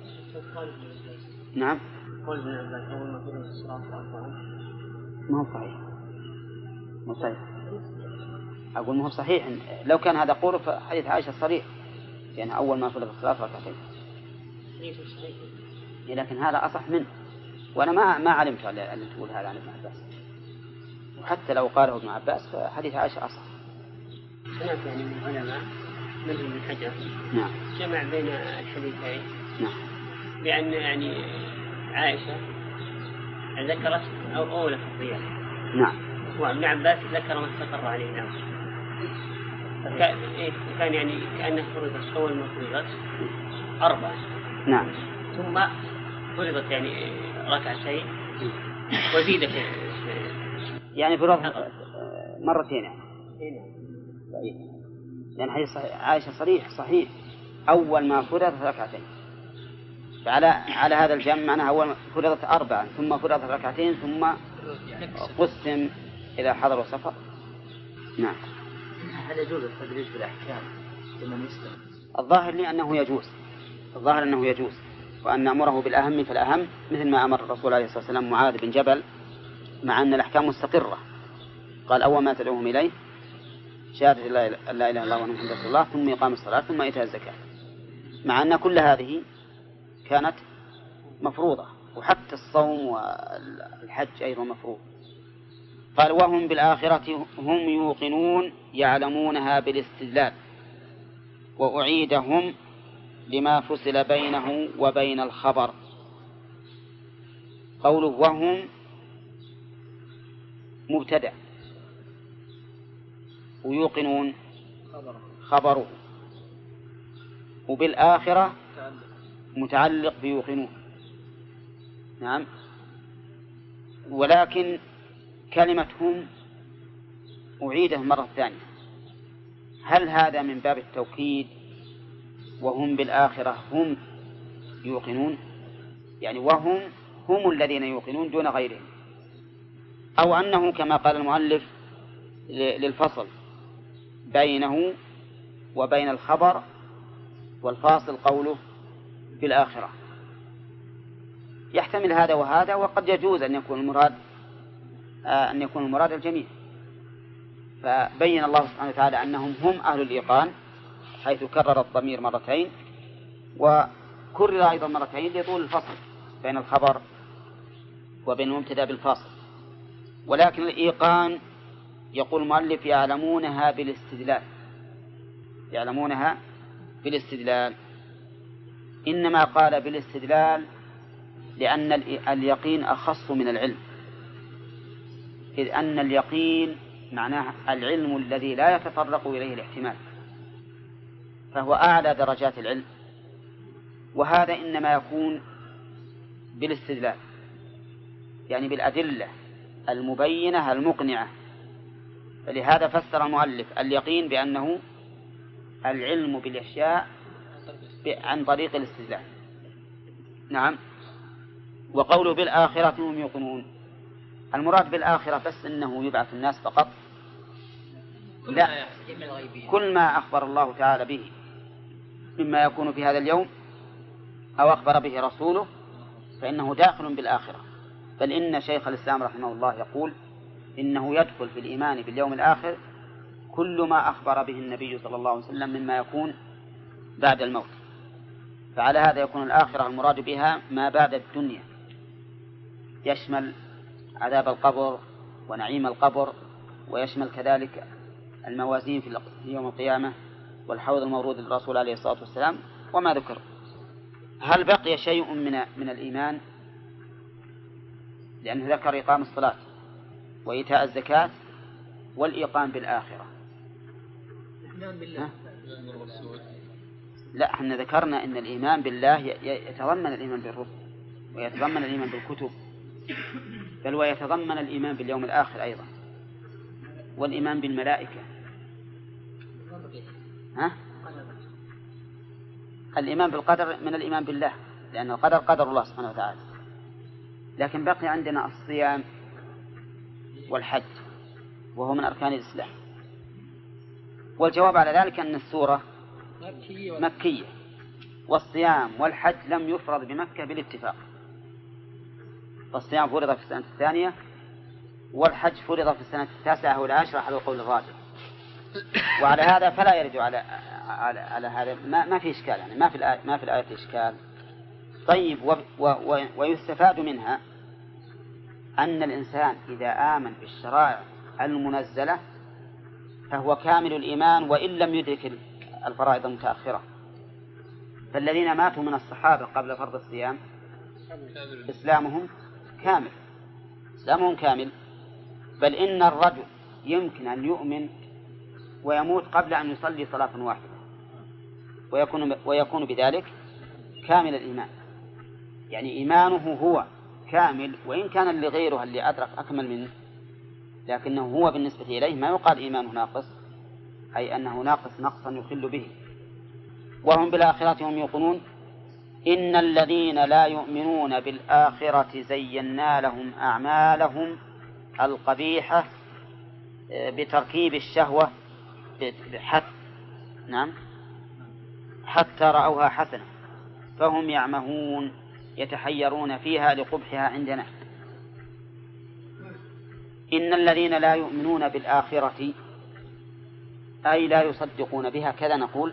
نعم. ما هو صحيح. مو صحيح. أقول ما هو صحيح. لو كان هذا قوله فحديث عائشة صريح، لأن يعني أول ما فرض الصلاة ركعتين. لكن هذا أصح منه، وأنا ما علمت أن تقول هذا عن ابن عباس، وحتى لو قاله ابن عباس فحديث عائشة أصح. سمعت يعني من العلماء من ابن حجر نعم جمع بين الحديثين. نعم. لأن يعني عائشة ذكرت أولى في الصيام. نعم. وابن عباس ذكر ما استقر عليه. نعم. كان يعني كأنه فرضت أول ما فرضت 4. نعم. ثم فرضت يعني ركعتين وزيدت يعني فرض مرتين يعني. صحيح. لأن حديث عائشة صحيح أول ما فرضت ركعتين. على هذا الجمع معناها أول فرضت 4 ثم فرضت ركعتين ثم قسم إلى حضر وسفر. نعم. هل يجوز التدريج في الأحكام لمن يسلم؟ الظاهر لي أنه يجوز، وأن أمره بالأهم فالأهم، مثل ما أمر الرسول عليه الصلاة والسلام معاذ بن جبل، مع أن الأحكام مستقرة. قال أول ما تدعوهم إليه شهادة لا إله إلا الله وأن محمدا رسول الله ثم إقام الصلاة ثم إيتاء الزكاة، مع أن كل هذه كانت مفروضة، وحتى الصوم والحج أيضا مفروض. قال وهم بالآخرة هم يوقنون يعلمونها بالاستدلال، وأعيدهم لما فصل بينه وبين الخبر. قوله وهم مبتدأ ويوقنون خبره، وبالآخرة متعلق بيوقنون. نعم. ولكن كلمة هم أعيدها مرة ثانية، هل هذا من باب التوكيد وهم بالآخرة هم يوقنون، يعني هم الذين يوقنون دون غيرهم، أو أنه كما قال المؤلف للفصل بينه وبين الخبر، والفاصل قوله بالآخرة. يحتمل هذا وهذا، وقد يجوز أن يكون المراد الجميع. فبين الله سبحانه وتعالى أنهم هم أهل الإيقان، حيث كرر الضمير مرتين، وكرر أيضا مرتين لطول الفصل بين الخبر وبين المبتدأ بالفاصل. ولكن الإيقان يقول المؤلف يعلمونها بالاستدلال. إنما قال بالاستدلال لأن اليقين أخص من العلم، إذ أن اليقين معناه العلم الذي لا يتطرق إليه الاحتمال، فهو أعلى درجات العلم، وهذا إنما يكون بالاستدلال، يعني بالأدلة المبينة المقنعة. فلهذا فسر المؤلف اليقين بأنه العلم بالأشياء عن طريق الاستدلال. نعم. وقوله بالآخرة هم يوقنون، المراد بالآخرة بس أنه يبعث الناس فقط؟ لا، كل ما أخبر الله تعالى به مما يكون في هذا اليوم أو أخبر به رسوله فإنه داخل بالآخرة. بل إن شيخ الإسلام رحمه الله يقول إنه يدخل في الإيمان باليوم الآخر كل ما أخبر به النبي صلى الله عليه وسلم مما يكون بعد الموت. فعلى هذا يكون الآخرة المراد بها ما بعد الدنيا، يشمل عذاب القبر ونعيم القبر ويشمل كذلك الموازين في يوم القيامة والحوض المورود للرسول عليه الصلاة والسلام وما ذكر. هل بقي شيء من الإيمان؟ لأنه ذكر إقام الصلاة وإيتاء الزكاة والإيقان بالآخرة. لا، احنا ذكرنا أن الإيمان بالله يتضمن الإيمان بالرسل ويتضمن الإيمان بالكتب، بل ويتضمن الإيمان باليوم الآخر أيضا والإيمان بالملائكة. الإيمان بالقدر من الإيمان بالله، لأن القدر قدر الله سبحانه وتعالى. لكن بقي عندنا الصيام والحج وهو من أركان الإسلام. والجواب على ذلك أن السورة مكية، والصيام والحج لم يفرض بمكة بالاتفاق. الصيام فرض في السنة الثانية والحج فرض في السنة 9 والعاشرة على القول الراجح. وعلى هذا فلا يرد على هذا، ما في إشكال، يعني ما في الآية إشكال. طيب، ويستفاد منها أن الإنسان إذا آمن بالشرائع المنزلة فهو كامل الإيمان وإن لم يدرك الفرائض المتأخرة. فالذين ماتوا من الصحابة قبل فرض الصيام إسلامهم كامل، بل إن الرجل يمكن أن يؤمن ويموت قبل أن يصلي صلاة واحدة ويكون بذلك كامل الإيمان، يعني إيمانه هو كامل، وإن كان لغيره اللي أدرك أكمل منه لكنه هو بالنسبة إليه ما يقال إيمانه ناقص، أي أنه ناقص نقصا يخل به. وهم بالآخرة هم يوقنون. إن الذين لا يؤمنون بالآخرة زينا لهم أعمالهم القبيحة بتركيب الشهوة حتى رأوها حسنة فهم يعمهون يتحيرون فيها لقبحها عندنا. إن الذين لا يؤمنون بالآخرة أي لا يصدقون بها، كذا نقول.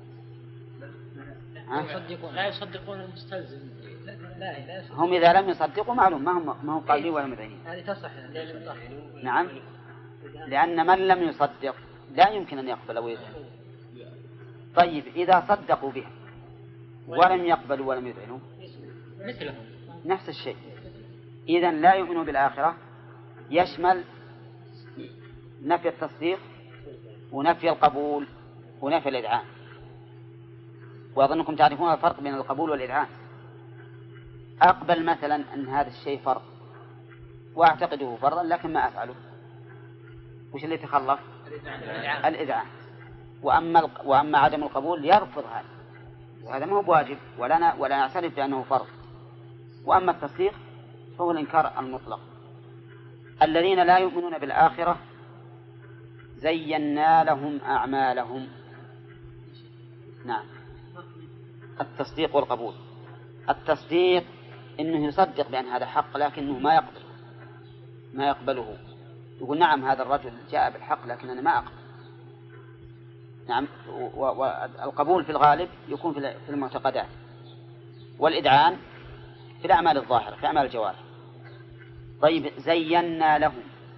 لا يصدقون المستلزم. هم إذا لم يصدقوا معلوم ما هم قالوا ولا مدعين. هذه تصح. نعم، لأن من لم يصدق لا يمكن أن يقبل ويذهب. طيب، إذا صدقوا بها ولم يقبلوا ولم يذعنوا مثلهم نفس الشيء. إذن لا يؤمنوا بالآخرة يشمل نفي التصديق ونفي القبول ونفي الإذعان. وأظنكم تعرفون الفرق بين القبول والإذعان. أقبل مثلا أن هذا الشيء فرض وأعتقده فرضا لكن ما أفعله، وش اللي تخلف؟ الإذعان. وأما عدم القبول يرفض هذا، وهذا ما هو بواجب ولا نعترف بأنه فرض. وأما التصديق فهو الإنكار المطلق. الذين لا يؤمنون بالآخرة زينا لهم أعمالهم. نعم، التصديق والقبول. التصديق إنه يصدق بأن هذا حق لكنه ما يقبله، يقول نعم هذا الرجل جاء بالحق لكن أنا ما أقبل. نعم. والقبول في الغالب يكون في المعتقدات، والإذعان في الأعمال الظاهرة في أعمال الجوارح. طيب، زينا لهم،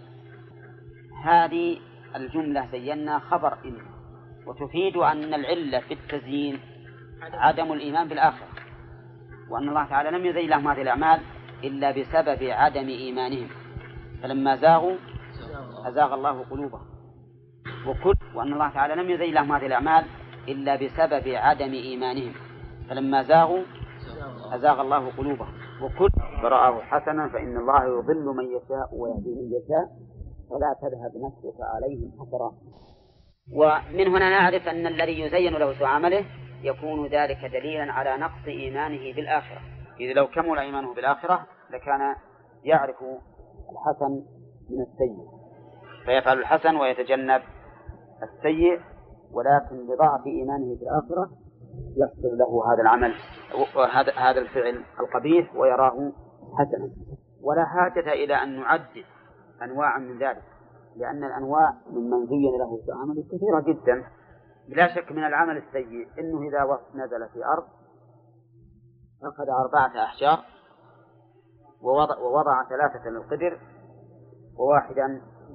هذه الجملة زينا خبر إن، وتفيد أن العلة في التزيين عدم الإيمان بالآخرة، وأن الله تعالى لم يزين لهم هذه الأعمال إلا بسبب عدم إيمانهم، فلما زاغوا أزاغ الله قلوبهم. وأن الله تعالى لم يزين لهم هذه الأعمال إلا بسبب عدم إيمانهم، فلما زاغوا أزاغ الله قلوبهم. وكل فرآه حسنا فإن الله يضل من يشاء ويهدي من يشاء فلا تذهب نفسك عليهم حسرات. ومن هنا نعرف أن الذي يزين له سوء عمله يكون ذلك دليلا على نقص إيمانه بالآخرة. إذ لو كمل إيمانه بالآخرة لكان يعرف الحسن من السيء فيفعل الحسن ويتجنب السيء، ولكن لضعف إيمانه بالآخرة يحصل له هذا العمل هذا الفعل القبيح ويراه حسنا. ولا حاجة إلى أن نعدد أنواع من ذلك، لأن الأنواع ممن زين له سوء عمله كثيرة جدا. بلا شك من العمل السيء إنه إذا نزل في أرض أخذ 4 أحجار ووضع 3 للقدر وواحدا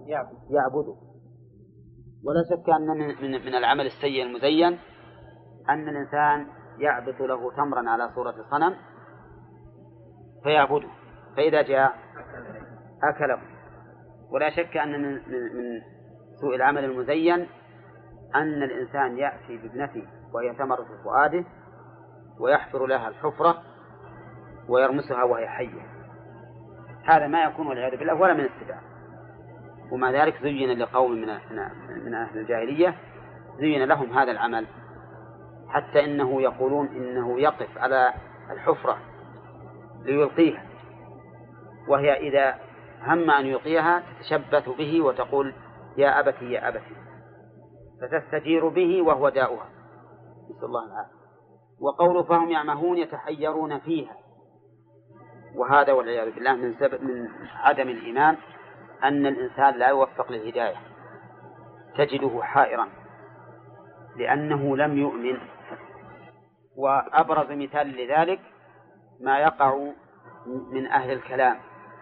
يعبده. ولا شك أن من العمل السيء المزين أن الإنسان يعبث له تمرا على صورة صنم فيعبده، فإذا جاء أكله. ولا شك أن من سوء العمل المزين أن الإنسان يأتي بابنته وهي ثمرة فؤاده ويحفر لها الحفرة ويرمسها وهي حية. هذا ما يكون والعياذ بالله ولا من اتباع. ومع ذلك زين لقوم من أهل الجاهلية زين لهم هذا العمل، حتى إنه يقولون إنه يقف على الحفرة ليلقيها، وهي إذا هم أن يلقيها تتشبث به وتقول يا أبتي يا أبتي، فتستجير به وهو داؤها، نسأل الله العافية. وقول فهم يعمهون يتحيرون فيها، وهذا والعياذ بالله من عدم الإيمان، أن الإنسان لا يوفق للهداية، تجده حائرا لأنه لم يؤمن. وأبرز مثال لذلك ما يقع من أهل الكلام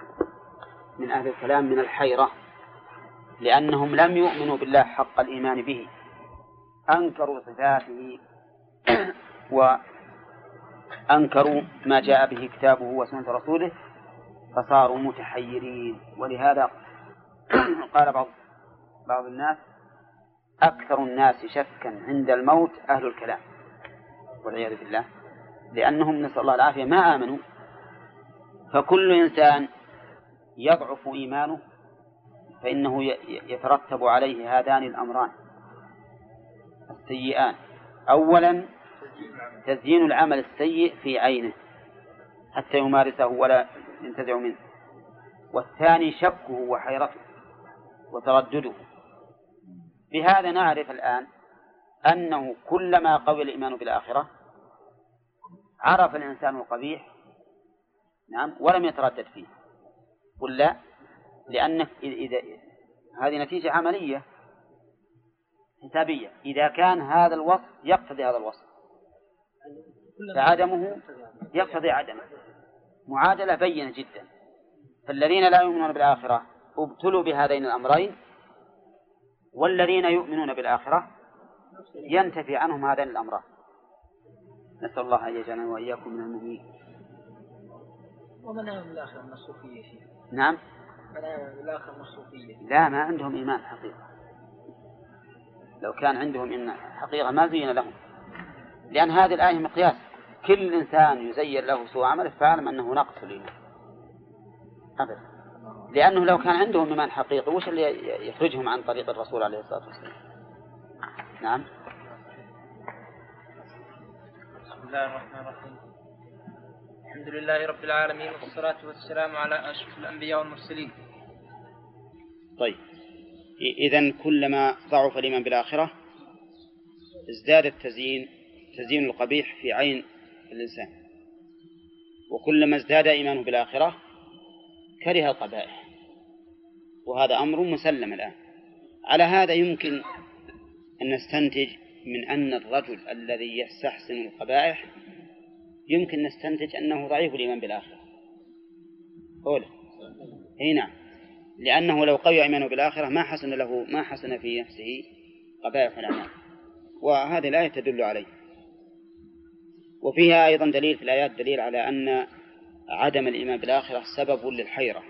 من الحيرة، لأنهم لم يؤمنوا بالله حق الإيمان به، أنكروا صفاته وأنكروا ما جاء به كتابه وسنة رسوله، فصاروا متحيرين. ولهذا قال بعض الناس أكثر الناس شكا عند الموت أهل الكلام والعياذ بالله، لأنهم نسأل الله العافية ما آمنوا. فكل إنسان يضعف إيمانه فإنه يترتب عليه هذان الأمران السيئان: أولا تزيين العمل السيء في عينه حتى يمارسه ولا ينتزع منه، والثاني شكه وحيرته وتردده. بهذا نعرف الآن أنه كلما قوي الإيمان بالآخرة عرف الإنسان القبيح، نعم، ولم يتردد فيه. قل لا، لأن هذه نتيجة عملية حسابية. إذا كان هذا الوصف يقتضي هذا الوصف فعدمه يقتضي عدمه، معادلة بينة جدا. فالذين لا يؤمنون بالآخرة ابتلوا بهذين الأمرين، والذين يؤمنون بالآخرة ينتفي عنهم هذين الأمران. نسأل الله أن يجعلنا وإياكم من المؤمنين. ومن آمن بالآخرة من الصوفية شيء. نعم، من آمن بالآخرة من الصوفية. لا، ما عندهم إيمان حقيقة. لو كان عندهم إيمان حقيقة ما زين لهم، لأن هذه الآية مقياس. كل إنسان يزين له سوء عمله فاعلم أنه نقص الإيمان أبدا، لأنه لو كان عندهم إيمان حقيقي وش اللي يخرجهم عن طريق الرسول عليه الصلاة والسلام؟ نعم. بسم الله الرحمن الرحيم. الحمد لله رب العالمين، والصلاة والسلام على أشرف الأنبياء والمرسلين. طيب، إذن كلما ضعف الإيمان بالآخرة ازداد تزيين القبيح في عين الإنسان، وكلما ازداد إيمانه بالآخرة كره القبائح، وهذا أمر مسلم الآن. على هذا يمكن أن نستنتج من أن الرجل الذي يستحسن القبائح يمكن نستنتج أنه ضعيف الإيمان بالآخرة. أولا نعم، لأنه لو قوي إيمانه بالآخرة ما حسن في نفسه قبائح الأعمال، وهذه الآية تدل عليه. وفيها أيضا دليل في الآيات دليل على أن عدم الإيمان بالآخرة سبب للحيرة،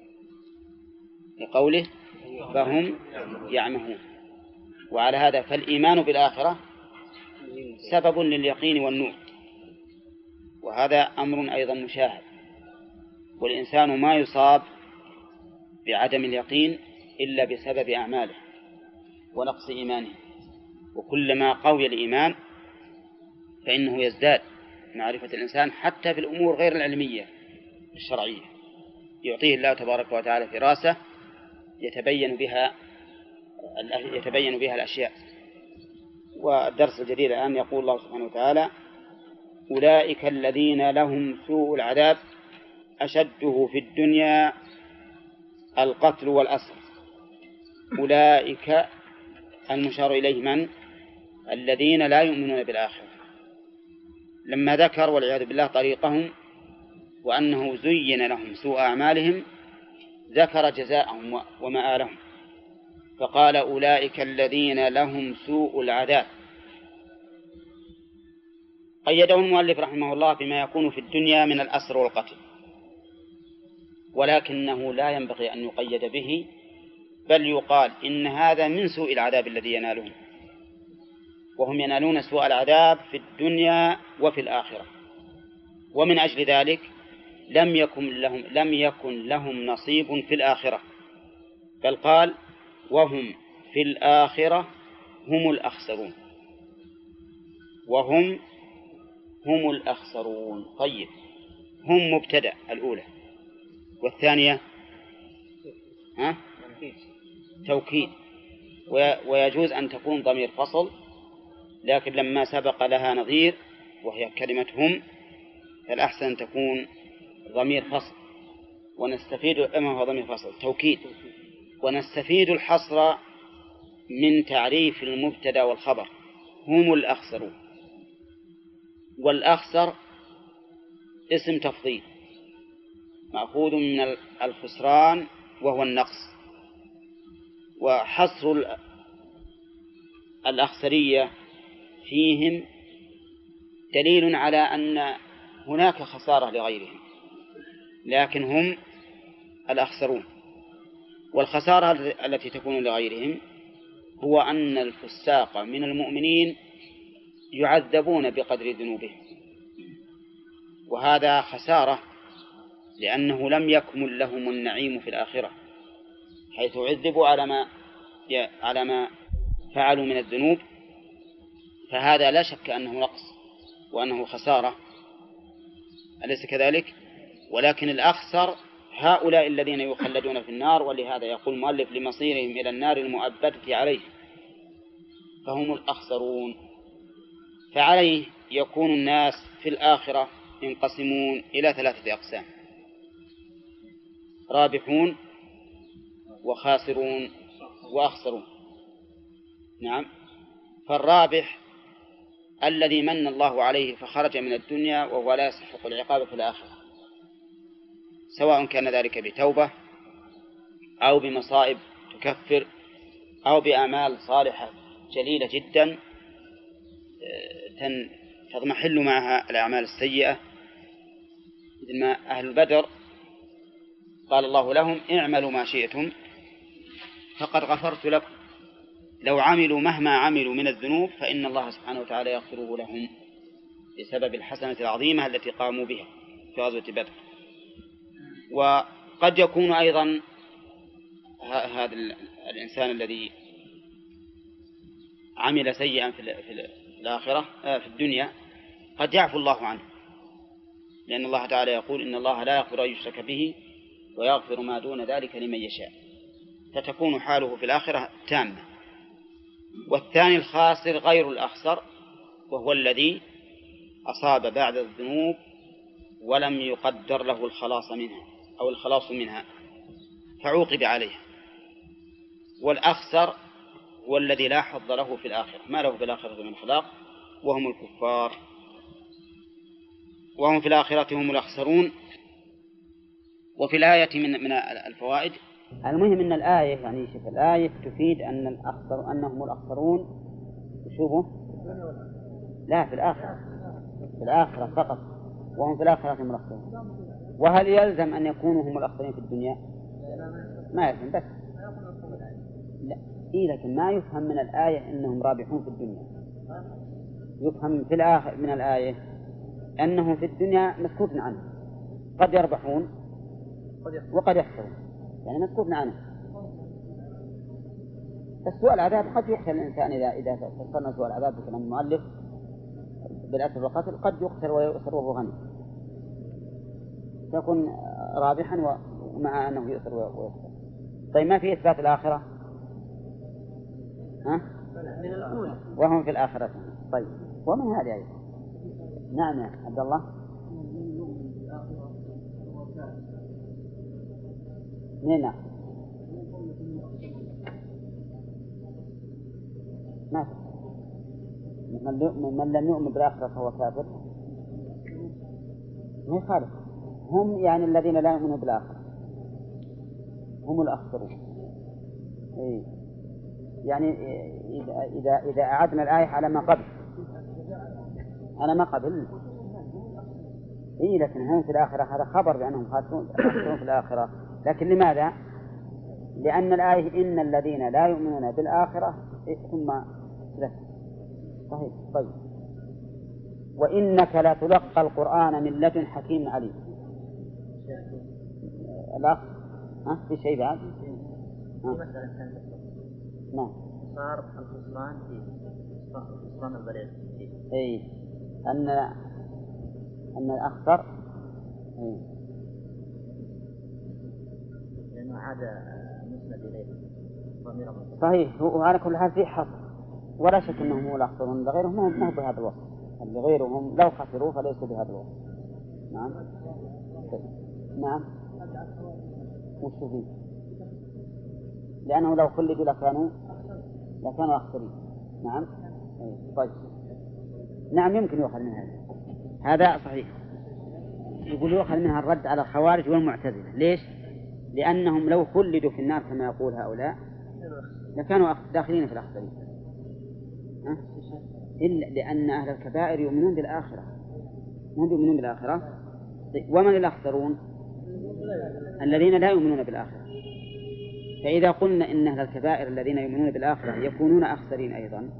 لقوله فهم يعمهون. وعلى هذا فالإيمان بالآخرة سبب لليقين والنور، وهذا أمر أيضا مشاهد. والإنسان ما يصاب بعدم اليقين إلا بسبب أعماله ونقص إيمانه، وكلما قوي الإيمان فإنه يزداد معرفة الإنسان حتى في الأمور غير العلمية الشرعية، يعطيه الله تبارك وتعالى فراسة يتبين بها الأشياء. والدرس الجديد الآن يقول الله سبحانه وتعالى: أولئك الذين لهم سوء العذاب أشده في الدنيا القتل والأسر. أولئك المشار إليه من؟ الذين لا يؤمنون بالآخرة. لما ذكر والعياذ بالله طريقهم وأنه زين لهم سوء أعمالهم ذكر جزاءهم ومآلهم، فقال أولئك الذين لهم سوء العذاب. قيده المؤلف رحمه الله بما يكون في الدنيا من الأسر والقتل، ولكنه لا ينبغي أن يقيد به، بل يقال إن هذا من سوء العذاب الذي ينالهم، وهم ينالون سوء العذاب في الدنيا وفي الآخرة، ومن أجل ذلك لم يكن لهم نصيب في الآخرة، بل قال وهم في الآخرة هم الأخسرون، وهم الأخسرون. طيب، هم مبتدأ الأولى، والثانية توكيد، ويجوز أن تكون ضمير فصل، لكن لما سبق لها نظير وهي كلمة هم فالأحسن أن تكون ضمير فصل، ونستفيد هو ضمير فصل توكيد، ونستفيد الحصر من تعريف المبتدأ والخبر. هم الأخسرون، والأخسر اسم تفضيل مأخوذ من الخسران وهو النقص، وحصر الأخسرية فيهم دليل على أن هناك خسارة لغيرهم، لكن هم الأخسرون. والخسارة التي تكون لغيرهم هو أن الفساق من المؤمنين يعذبون بقدر ذنوبهم، وهذا خسارة، لأنه لم يكمل لهم النعيم في الآخرة، حيث عذبوا على ما فعلوا من الذنوب، فهذا لا شك أنه نقص وأنه خسارة، أليس كذلك؟ ولكن الأخسر هؤلاء الذين يخلدون في النار، ولهذا يقول المؤلف لمصيرهم إلى النار المؤبدة عليه، فهم الأخسرون. فعليه يكون الناس في الآخرة ينقسمون إلى 3 أقسام: رابحون وخاسرون وأخسرون. نعم، فالرابح الذي من الله عليه فخرج من الدنيا وهو لا يستحق العقاب في الآخرة، سواء كان ذلك بتوبة أو بمصائب تكفر أو بأعمال صالحة جليلة جدا تضمحل معها الأعمال السيئة، مثل ما أهل بدر قال الله لهم اعملوا ما شئتم فقد غفرت لكم، لو عملوا مهما عملوا من الذنوب فإن الله سبحانه وتعالى يغفره لهم بسبب الحسنة العظيمة التي قاموا بها في غزوة بدر. وقد يكون أيضا هذا الإنسان الذي عمل سيئا في الآخرة في الدنيا قد يعفو الله عنه، لأن الله تعالى يقول إن الله لا يغفر أن يشرك به ويغفر ما دون ذلك لمن يشاء، فتكون حاله في الآخرة تامة. والثاني الخاسر غير الأخسر، وهو الذي أصاب بعد الذنوب ولم يقدر له الخلاص منها أو الخلاص منها فعوقب عليها. والأخسر هو الذي لا حظ له في الآخرة، ما له في الآخرة من خلاق، وهم الكفار، وهم في الآخرة هم الأخسرون. وفي الآية من الفوائد، المهم أن الآية يعني شوف الآية تفيد أن أنهم الأخسرون شوفوا لا في الآخرة فقط، وهم في الآخرة هم الأخسرون. وهل يلزم أن يكونوا هم الأخسرين في الدنيا؟ ما يلزم، بس لا لكن ما يفهم من الآية أنهم رابحون في الدنيا، يفهم في الآخر من الآية أنهم في الدنيا مسكوت عنه، قد يربحون وقد يخسرون، يعني مسكوت عنه. بس سوء العذاب قد يقتل الإنسان إذا فسرنا سوء العذاب بكلام المؤلف بالأسر والقتل، قد يقتل ويؤسر وهو غني، يكون رابحا ومع أنه يؤسر ويؤسر. طيب ما في إثبات الآخرة؟ وهم في الآخرة. طيب ومن هذه أيضا؟ نعم يا عبد الله. نعم ما من لم يؤمن بالآخرة فهو كافر، ما يخالف. هم يعني الذين لا يؤمنون بالآخرة هم الأخسرون. يعني إذا أعدنا الآية على ما قبل إيه، لكن هم في الآخرة هذا خبر بأنهم خاسرون في الآخرة. لكن لماذا؟ لأن الآية إن الذين لا يؤمنون بالآخرة ثم صحيح. طيب، وإنك لا تلقى القرآن من لدن حكيم عليم. الأخ في شيء بعد؟ نعم. صار الخسران في خسران البليغ. أي أن الأخسر لأنه عاد مسند إليه. صحيح. وعلى كل حال في حصر، ولا شك أنهم هو الأخسرون، لغيرهم ما هو بهذا الوصف، اللي غيرهم لو خسروا فليسوا بهذا الوصف. نعم. نعم. وشو فيه؟ لأنه لو خلدوا لكانوا أخسرين. نعم. طيب. نعم، يمكن يؤخذ منها هذا صحيح. يقول يؤخذ منها الرد على الخوارج والمعتزلة. ليش؟ لأنهم لو خلدوا في النار كما يقول هؤلاء لكانوا داخلين في الأخسرين. إلا لأن أهل الكبائر يؤمنون بالآخرة، هم يؤمنون بالآخرة. ومن الأخسرون؟ الذين لا يؤمنون بالآخرة. فإذا قلنا إن أهل الكبائر الذين يؤمنون بالآخرة يكونون أخسرين أيضا،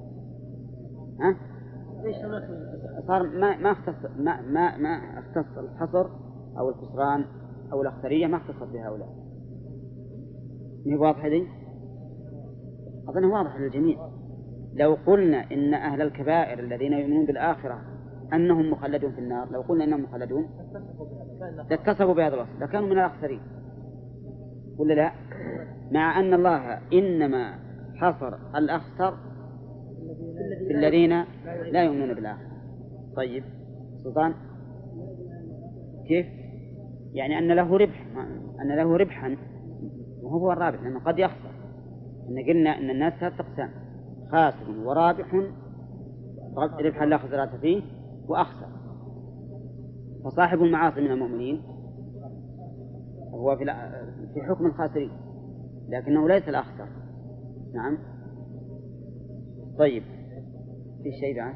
صار ما اختص الحصر أو الخسران أو الأخسرية، ما اختصت بهؤلاء. مي واضح هذه؟ أظنه واضح للجميع. لو قلنا إن أهل الكبائر الذين يؤمنون بالآخرة أنهم مخلدون في النار، لو قلنا أنهم مخلدون لاتصفوا بهذا الوصف لكانوا من الأخسرين، ولا لا؟ مع أن الله إنما حصر الأخسر الذين لا يؤمنون بالآخرة. طيب سلطان، كيف؟ يعني أن له ربحا وهو الرابح، لأنه قد يخسر. إن قلنا إن الناس ثلاث أقسام: خاسر ورابح، ربحا لا خسارة فيه، وأخسر. فصاحب المعاصي من المؤمنين هو في حكم الخاسرين، لكنه ليس الأخسر. نعم. طيب، في شيء بعد؟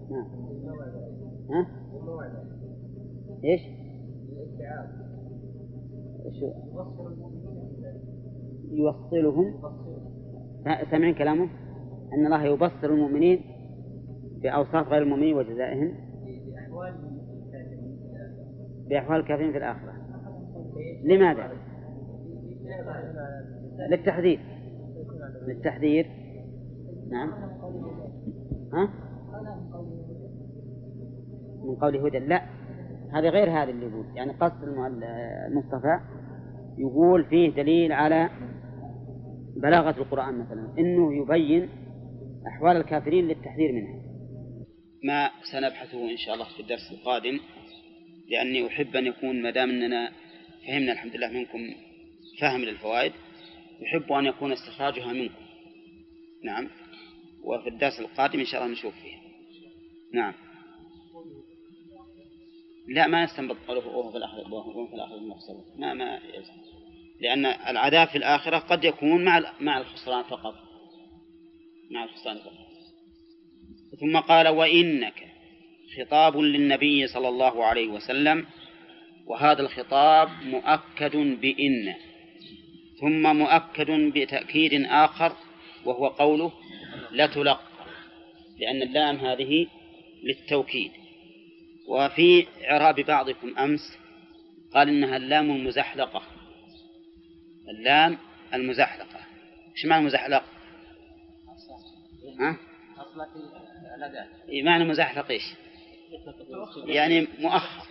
إيش؟ يوصلهم. سامعين كلامه أن الله يبصر المؤمنين بأوصاف غير المؤمنين وجزائهم بأحوال الكافرين في الآخرة. لماذا؟ للتحذير. نعم. من قول هدى. لا، هذا غير هذا اللي يقول. يعني قصد المصطفى يقول فيه دليل على بلاغة القرآن، مثلا إنه يبين أحوال الكافرين للتحذير منها. ما سنبحثه إن شاء الله في الدرس القادم، لأني أحب أن يكون ما دام أننا فهمنا الحمد لله منكم فهم للفوائد، يحب أن يكون استخراجها منكم. نعم. وفي الدرس القادم إن شاء الله نشوف فيه. نعم. لا، ما يستنبط قوله وهو في الآخرة المخسر. ما يستنبط. لأن العذاب في الآخرة قد يكون مع الخسران فقط. ثم قال: وإنك خطاب للنبي صلى الله عليه وسلم. وهذا الخطاب مؤكد بإن، ثم مؤكد بتأكيد آخر وهو قوله لتلقى، لأن اللام هذه للتوكيد. وفي إعراب بعضكم أمس قال إنها اللام المزحلقة. اللام المزحلقة، إيش معنى المزحلق؟ معنى مزحلق إيش؟ يعني مؤخر.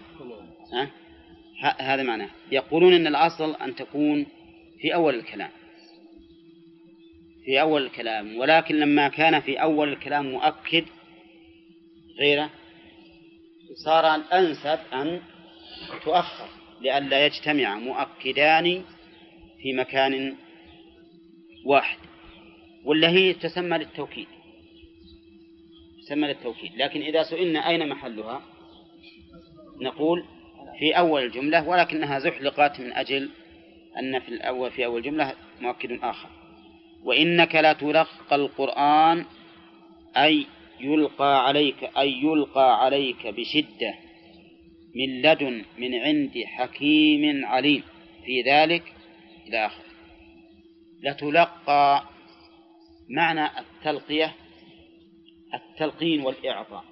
هذا معناه. يقولون إن الأصل أن تكون في أول الكلام، ولكن لما كان في أول الكلام مؤكد غيره صار الأنسب أن تؤخر، لئلا يجتمع مؤكدان في مكان واحد، ولا هي تسمى للتوكيد. لكن إذا سئلنا أين محلها نقول في أول الجملة، ولكنها زحلقت من أجل أن في أول جملة مؤكد آخر. وإنك لتلقى القرآن أي يلقى عليك بشدة من لدن من عند حكيم عليم في ذلك إلى آخره. لتلقى معنى التلقية التلقين والإعطاء.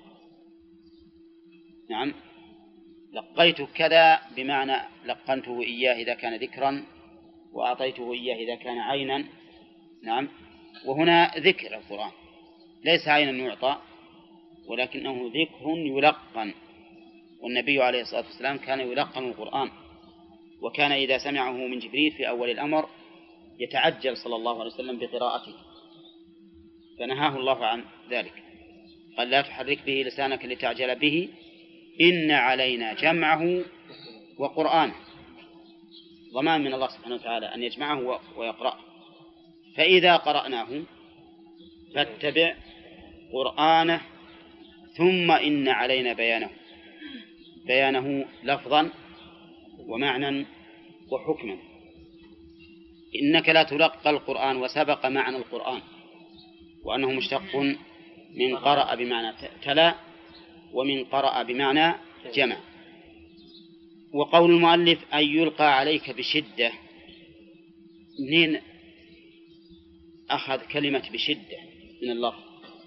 نعم، لقيت كذا بمعنى لقنته إياه إذا كان ذكرا، وأعطيته إياه إذا كان عينا. نعم، وهنا ذكر القرآن ليس عينا يعطى ولكنه ذكر يلقن، والنبي عليه الصلاة والسلام كان يلقن القرآن، وكان إذا سمعه من جبريل في أول الأمر يتعجل صلى الله عليه وسلم بقراءته، فنهاه الله عن ذلك، قال لا تحرك به لسانك لتعجل به إن علينا جمعه وقرآنه، ضمان من الله سبحانه وتعالى أن يجمعه ويقرأه. فإذا قرأناه فاتبع قرآنه ثم إن علينا بيانه لفظا ومعنى وحكما. إنك لا تلقى القرآن، وسبق معنى القرآن وأنه مشتق من قرأ بمعنى تلا ومن قرأ بمعنى جمع. وقول المؤلف أن يلقى عليك بشدة، منين أخذ كلمة بشدة من اللفظ؟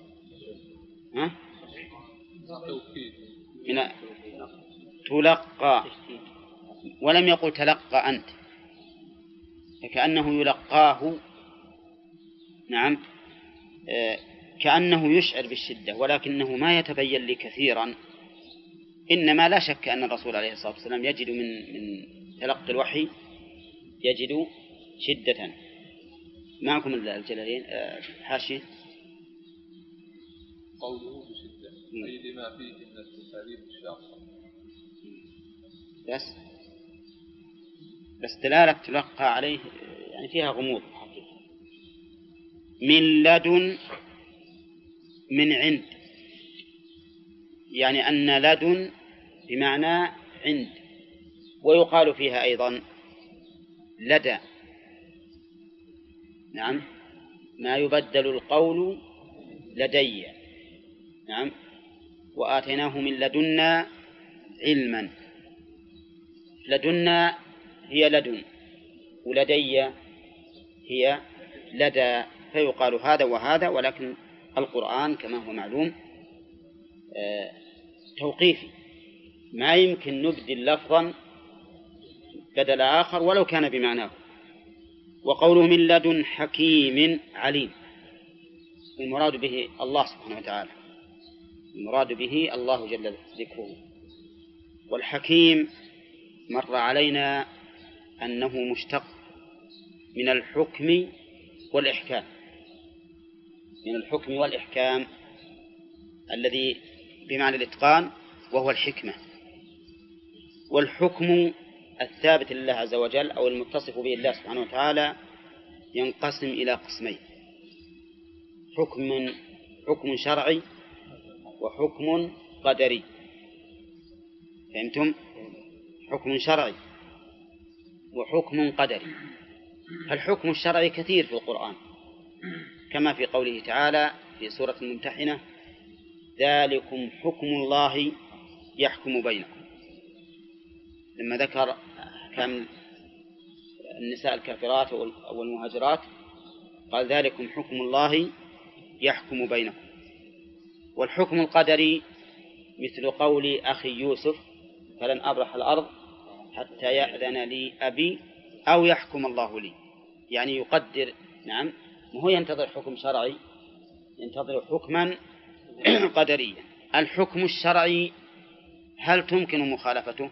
من تلقى، ولم يقل تلقى أنت، فكأنه يلقاه. نعم، كأنه يشعر بالشدة ولكنه ما يتبين لي كثيرا. إنما لا شك أن الرسول عليه الصلاة والسلام يجد من تلقي الوحي يجد شدة. معكم الجلالين حاشية قوله بشدة أي لما فيه من التكاليف الشاقة. بس دلالة تلقى عليه يعني فيها غموض حقيقة. من لدن من عند، يعني أن لدن بمعنى عند، ويقال فيها أيضا لدى. نعم، ما يبدل القول لدي. نعم، وآتيناه من لدنا علما. لدنا هي لدن، ولدي هي لدى، فيقال هذا وهذا. ولكن القرآن كما هو معلوم توقيفي، ما يمكن نبدل لفظا بدل آخر ولو كان بمعناه. وقوله من لدن حكيم عليم، المراد به الله سبحانه وتعالى، المراد به الله جل ذكره. والحكيم مر علينا أنه مشتق من الحكم والإحكام، من الحكم والإحكام الذي بمعنى الإتقان وهو الحكمة. والحكم الثابت لله عز وجل أو المتصف به الله سبحانه وتعالى ينقسم إلى قسمين: حكم شرعي وحكم قدري. فهمتم؟ حكم شرعي وحكم قدري. الحكم الشرعي كثير في القرآن، كما في قوله تعالى في سورة الممتحنة: ذلكم حكم الله يحكم بينكم. لما ذكر كم النساء الكافرات والمهاجرات قال: ذلكم حكم الله يحكم بينكم. والحكم القدري مثل قول أخي يوسف: فلن أبرح الأرض حتى يأذن لي أبي أو يحكم الله لي، يعني يقدر. نعم، وهو ينتظر حكم شرعي، ينتظر حكما قدريا. الحكم الشرعي هل تمكن مخالفته؟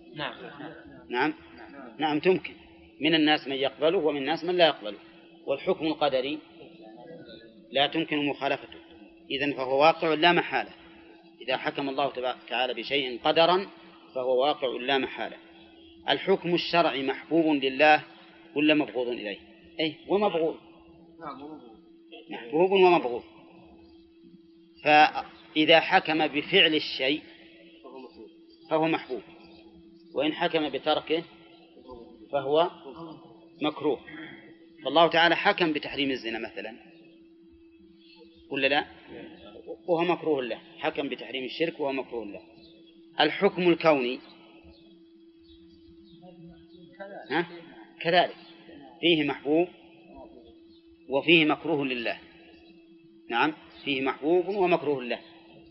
نعم تمكن، من الناس من يقبله ومن الناس من لا يقبله. والحكم القدري لا تمكن مخالفته، إذن فهو واقع لا محالة. إذا حكم الله تعالى بشيء قدرا فهو واقع لا محالة. الحكم الشرعي محبوب لله ولا مبغوض إليه؟ ومبغوض، محبوب ومبغوض. فإذا حكم بفعل الشيء فهو محبوب، وإن حكم بتركه فهو مكروه. فالله تعالى حكم بتحريم الزنا مثلا ولا لا؟ وهو مكروه له. حكم بتحريم الشرك وهو مكروه له. الحكم الكوني كذلك فيه محبوب وفيه مكروه لله. نعم، فيه محبوب ومكروه له،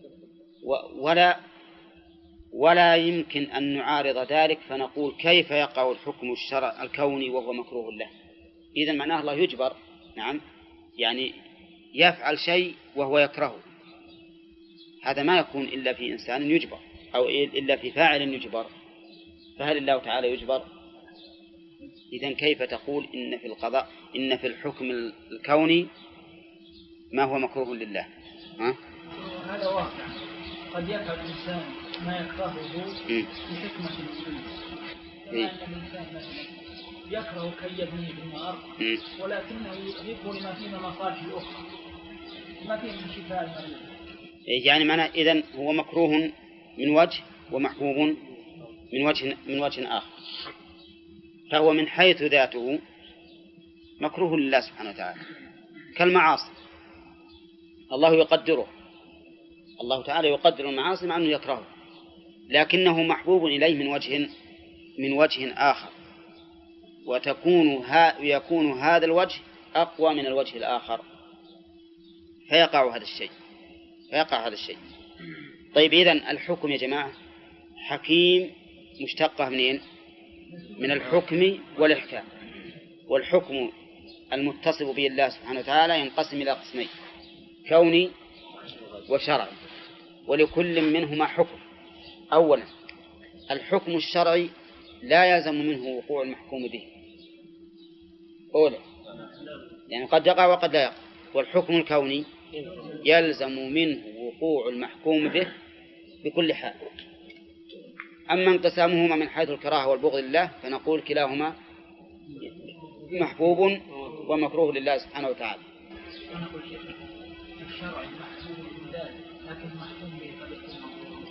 ولا يمكن أن نعارض ذلك فنقول كيف يقع الحكم الكوني وهو مكروه له. إذن معناه الله يجبر. نعم، يعني يفعل شيء وهو يكرهه، هذا ما يكون إلا في إنسان يجبر أو إلا في فاعل يجبر. فهل الله تعالى يجبر؟ إذن كيف تقول إن في الحكم الكوني ما هو مكروه لله؟ هذا واقع. قد يفعل الإنسان ما يكرهه بحكمة الدين. كما أن الإنسان مثلا يكره كي يبني بالنار ولكنه يحب لما فيه مصالح أخرى ما فيه من شفاء المريض. يعني معنى إذن هو مكروه من وجه ومحبوب من وجه آخر، فهو من حيث ذاته مكروه لله سبحانه وتعالى كالمعاصي. الله تعالى يقدر المعاصي مع أنه يكرهه، لكنه محبوب إليه من وجه آخر، ويكون هذا الوجه أقوى من الوجه الآخر فيقع هذا الشيء. طيب إذن الحكم يا جماعة حكيم مشتقة منين؟ من الحكم والإحكام. والحكم المتصف به الله سبحانه وتعالى ينقسم إلى قسمين: كوني وشرعي، ولكل منهما حكم. أولا الحكم الشرعي لا يلزم منه وقوع المحكوم به، يعني قد يقع وقد لا يقع. والحكم الكوني يلزم منه وقوع المحكوم به بكل حال. أما انقسامهما من حيث الكراهة والبغض لله فنقول كلاهما محبوب ومكروه لله سبحانه وتعالى. الشرع محبوب لله لكن محكوم به قد يكون مكروه.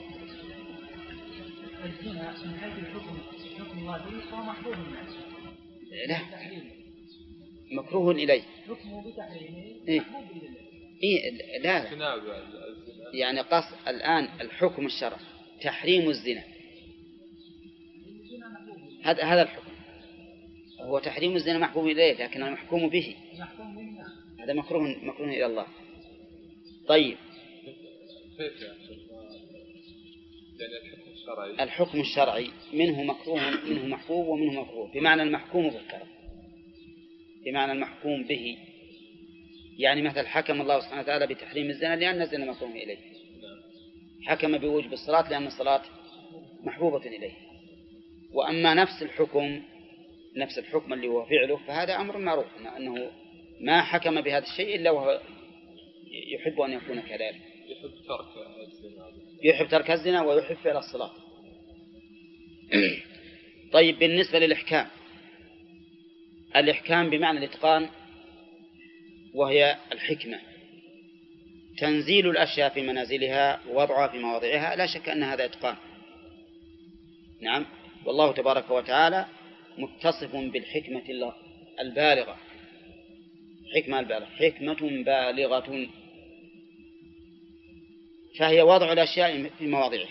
الزنا من حيث حكم الله به فهو محبوب لله. لا، مكروه إليه. حكمه بتحريمه محبوب إليه. لا، يعني قصد الآن الحكم الشرعي تحريم الزنا، هذا الحكم هو تحريم الزنا محبوب إليه، لكن المحكوم به هذا مكروه إلى الله. طيب الحكم الشرعي منه مكروه منه محبوب ومنه مكروه، بمعنى المحكوم بالكره، بمعنى المحكوم به. يعني مثل حكم الله سبحانه وتعالى بتحريم الزنا لأن الزنا مكروه إليه، حكم بوجب الصلاة لأن الصلاة محبوبة إليه. وأما نفس الحكم اللي هو فعله فهذا أمر معروف أنه ما حكم بهذا الشيء إلا وهو يحب أن يكون كذلك، يحب ترك الزنا ويحب فعل الصلاة. طيب بالنسبة الإحكام بمعنى الإتقان، وهي الحكمة، تنزيل الأشياء في منازلها ووضعها في مواضعها، لا شك أن هذا إتقان. نعم، والله تبارك وتعالى متصف بالحكمة البالغة، حكمة بالغة، فهي وضع الأشياء في مواضعها.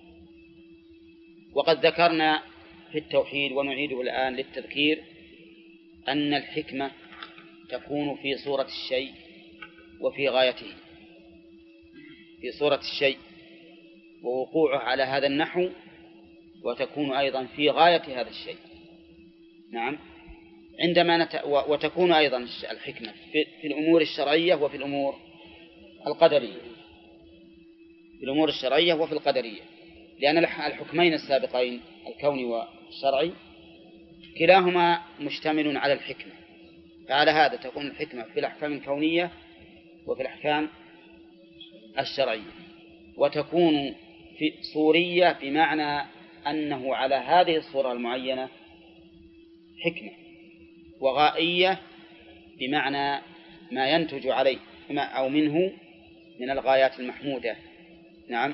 وقد ذكرنا في التوحيد ونعيده الآن للتذكير أن الحكمة تكون في صورة الشيء وفي غايته، في صورة الشيء ووقوعه على هذا النحو، وتكون أيضا في غاية هذا الشيء. نعم، وتكون أيضا الحكمة في الأمور الشرعية وفي الأمور القدرية، في الأمور الشرعية وفي القدرية، لأن الحكمين السابقين الكوني والشرعي كلاهما مشتمل على الحكمة، فعلى هذا تكون الحكمة في الأحكام الكونية وفي الأحكام الشرعية. وتكون في صورية بمعنى أنه على هذه الصورة المعينة حكمة، وغائية بمعنى ما ينتج عليه أو منه من الغايات المحمودة. نعم،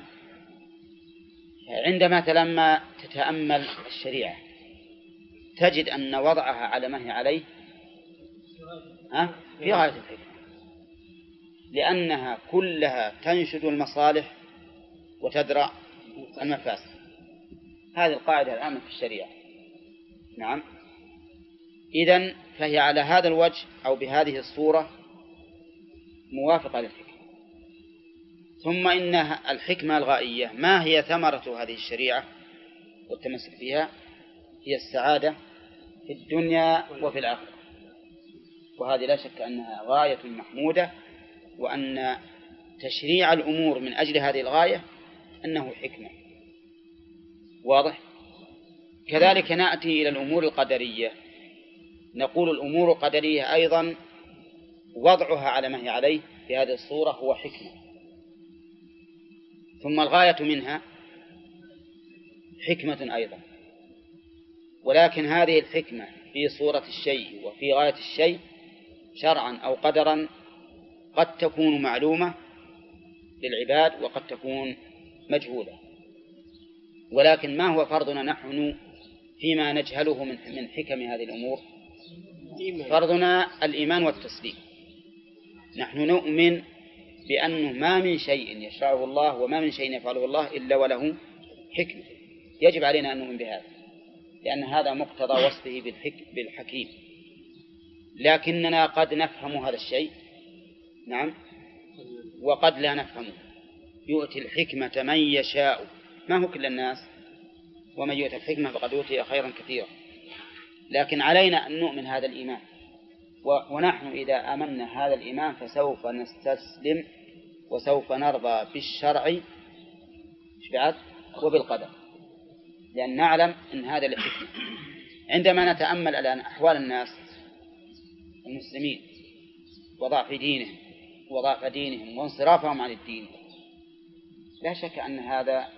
عندما لما تتأمل الشريعة تجد أن وضعها على ما هي عليه في غاية الحكمة، لأنها كلها تنشد المصالح وتدرأ المفاسد. هذه القاعدة العامة في الشريعة. نعم. إذن فهي على هذا الوجه أو بهذه الصورة موافقة للحكمة. ثم إن الحكمة الغائية ما هي ثمرة هذه الشريعة والتمسك بها؟ هي السعادة في الدنيا وفي الآخرة، وهذه لا شك أنها غاية محمودة، وأن تشريع الأمور من أجل هذه الغاية أنه حكمة. واضح؟ كذلك نأتي إلى الأمور القدرية، نقول الأمور القدرية أيضا وضعها على ما هي عليه في هذه الصورة هو حكمة. ثم الغاية منها حكمة أيضا، ولكن هذه الحكمة في صورة الشيء وفي غاية الشيء شرعا أو قدرا قد تكون معلومة للعباد وقد تكون مجهولة. ولكن ما هو فرضنا نحن فيما نجهله من حكم هذه الأمور؟ فرضنا الإيمان والتسليم. نحن نؤمن بأنه ما من شيء يشرعه الله وما من شيء يفعله الله إلا وله حكمة، يجب علينا أن نؤمن بهذا، لأن هذا مقتضى وصفه بالحكيم. لكننا قد نفهم هذا الشيء، نعم، وقد لا نفهمه. يؤتي الحكمة من يشاء، ما هو كل الناس، ومن يؤتي الحكمة فقد أوتي خيرا كثيرا. لكن علينا أن نؤمن هذا الإيمان، ونحن إذا آمنا هذا الإيمان فسوف نستسلم وسوف نرضى بالشرع وبالقدر، لأن نعلم أن هذا الحكمة. عندما نتأمل الآن أحوال الناس المسلمين وضعف دينهم وانصرافهم عن الدين، لا شك أن هذا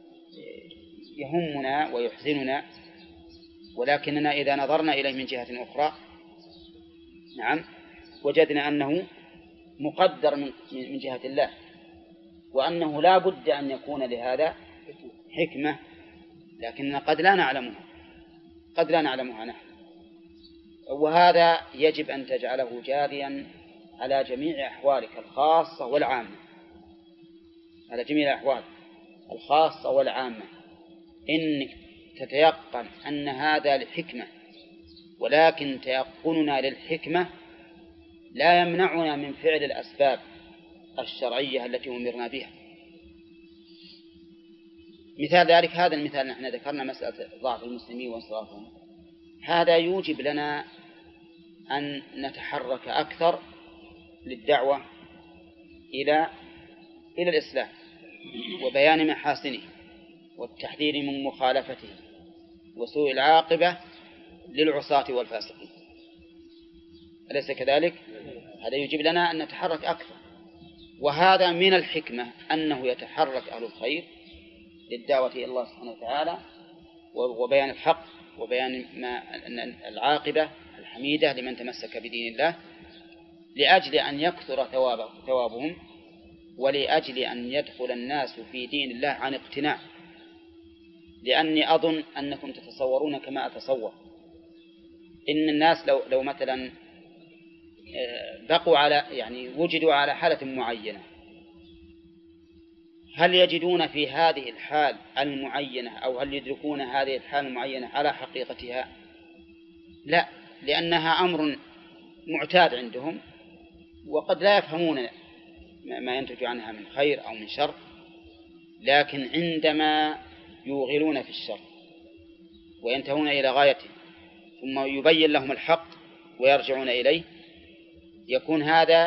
يهمنا ويحزننا، ولكننا إذا نظرنا إليه من جهة أخرى، نعم، وجدنا أنه مقدر من جهة الله، وأنه لا بد أن يكون لهذا حكمة، لكننا قد لا نعلمها نحن. وهذا يجب أن تجعله جاريا على جميع أحوالك الخاصة والعامة، على جميع الأحوال الخاصة والعامة، إنك تتيقن أن هذا لحكمة، ولكن تيقننا للحكمة لا يمنعنا من فعل الأسباب الشرعية التي أمرنا بها. مثال ذلك هذا المثال، نحن ذكرنا مسألة ضعف المسلمين وانصرافهم، هذا يوجب لنا أن نتحرك أكثر للدعوة إلى الإسلام وبيان محاسنه والتحذير من مخالفته وسوء العاقبة للعصاة والفاسقين. أليس كذلك؟ هذا يجب لنا أن نتحرك أكثر، وهذا من الحكمة أنه يتحرك أهل الخير للدعوة إلى الله سبحانه وتعالى وبيان الحق وبيان العاقبة الحميدة لمن تمسك بدين الله، لأجل أن يكثر ثوابهم، ولأجل أن يدخل الناس في دين الله عن اقتناع. لأني أظن أنكم تتصورون كما أتصور، إن الناس لو مثلا بقوا وجدوا على حالة معينة، هل يجدون في هذه الحال المعينة أو هل يدركون هذه الحال المعينة على حقيقتها؟ لا، لأنها أمر معتاد عندهم، وقد لا يفهمون ما ينتج عنها من خير أو من شر. لكن عندما يوغلون في الشر وينتهون إلى غايته ثم يبين لهم الحق ويرجعون إليه، يكون هذا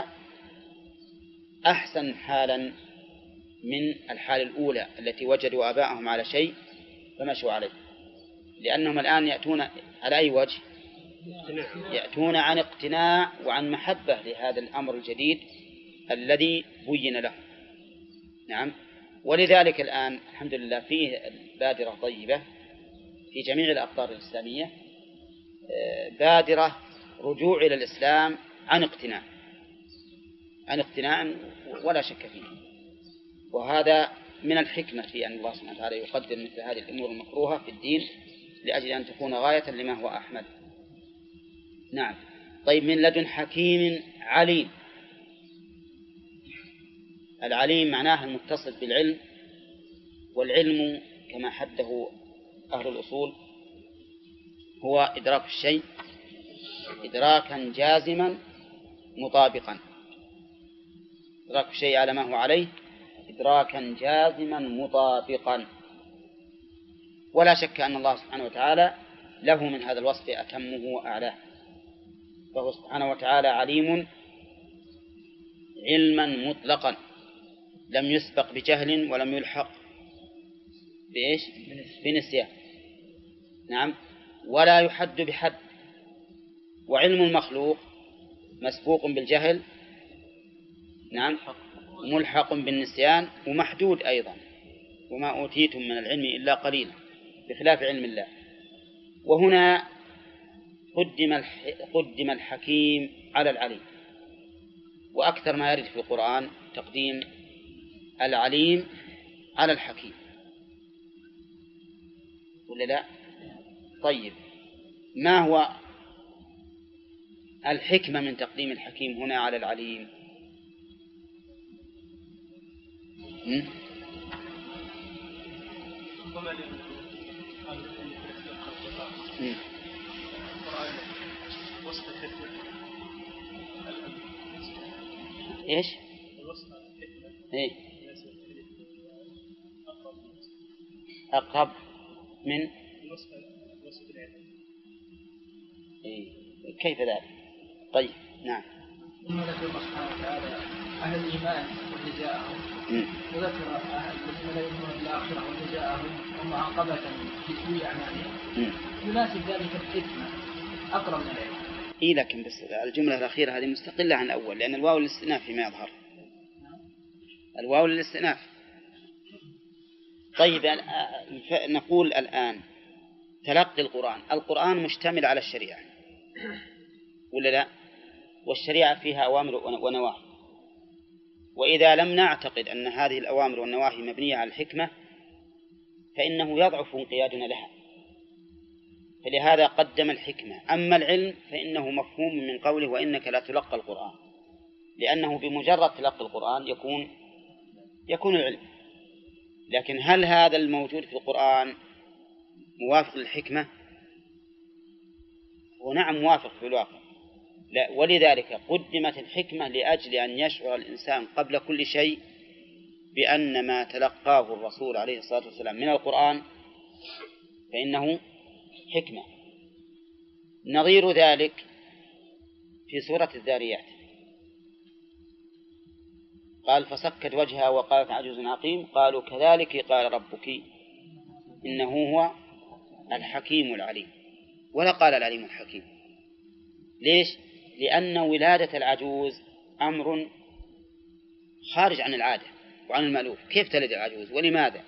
أحسن حالا من الحال الأولى التي وجدوا آباءهم على شيء فمشوا عليه. لأنهم الآن يأتون على أي وجه؟ يأتون عن اقتناع وعن محبة لهذا الأمر الجديد الذي بين له. نعم. ولذلك الآن الحمد لله فيه بادرة طيبة في جميع الأقطار الإسلامية، بادرة رجوع إلى الإسلام عن اقتناع ولا شك فيه. وهذا من الحكمة في أن الله سبحانه وتعالى يقدر مثل هذه الأمور المكروهة في الدين لأجل أن تكون غاية لما هو أحمد. نعم. طيب من لدن حكيم عليم. العليم معناه المتصل بالعلم، والعلم كما حده أهل الأصول هو إدراك الشيء إدراكا جازما مطابقا، إدراك الشيء على ما هو عليه إدراكا جازما مطابقا. ولا شك أن الله سبحانه وتعالى له من هذا الوصف أتمه وأعلاه، فهو سبحانه وتعالى عليم علما مطلقا لم يسبق بجهل ولم يلحق بإيش؟ بنسيان. نعم. ولا يحد بحد. وعلم المخلوق مسبوق بالجهل، نعم، ملحق بالنسيان ومحدود أيضا، وما أوتيتم من العلم إلا قليلا، بخلاف علم الله. وهنا قدم الحكيم على العليم، وأكثر ما يرد في القرآن تقديم العليم على الحكيم، ولا لا؟ طيب، ما هو الحكمة من تقديم الحكيم هنا على العليم؟ إيش؟ إيه؟ أقرب من إيه؟ كيف ذلك؟ طيب، نعم. ثم ذكر الله سبحانه وتعالى أهل الإيمان وجزاءهم، وذكر أهل الذين لا يؤمنون بالآخرة وجزاءهم ومعاقبة في سوء أعمالهم. يناسب ذلك الحكمة أقرب من العلم. إيه، لكن بس الجملة الأخيرة هذه مستقلة عن الأول، لأن الواو للاستئناف فيما يظهر. الواو للاستئناف. طيب، نقول الآن تلقي القرآن مشتمل على الشريعة، ولا لا؟ والشريعة فيها أوامر ونواهي، وإذا لم نعتقد أن هذه الأوامر والنواهي مبنية على الحكمة فإنه يضعف انقيادنا لها، فلهذا قدم الحكمة. أما العلم فإنه مفهوم من قوله وإنك لا تلقى القرآن، لأنه بمجرد تلقي القرآن يكون العلم. لكن هل هذا الموجود في القرآن موافق للحكمة؟ ونعم، موافق في الواقع. لا، ولذلك قدمت الحكمة لأجل أن يشعر الإنسان قبل كل شيء بأن ما تلقاه الرسول عليه الصلاة والسلام من القرآن فإنه حكمة. نظير ذلك في سورة الذاريات، قال فسكت وجهها وقالت عجوز عقيم قالوا كذلك قال ربك إنه هو الحكيم العليم، ولا قال العليم الحكيم. ليش؟ لأن ولادة العجوز أمر خارج عن العادة وعن المألوف. كيف تلد العجوز ولماذا؟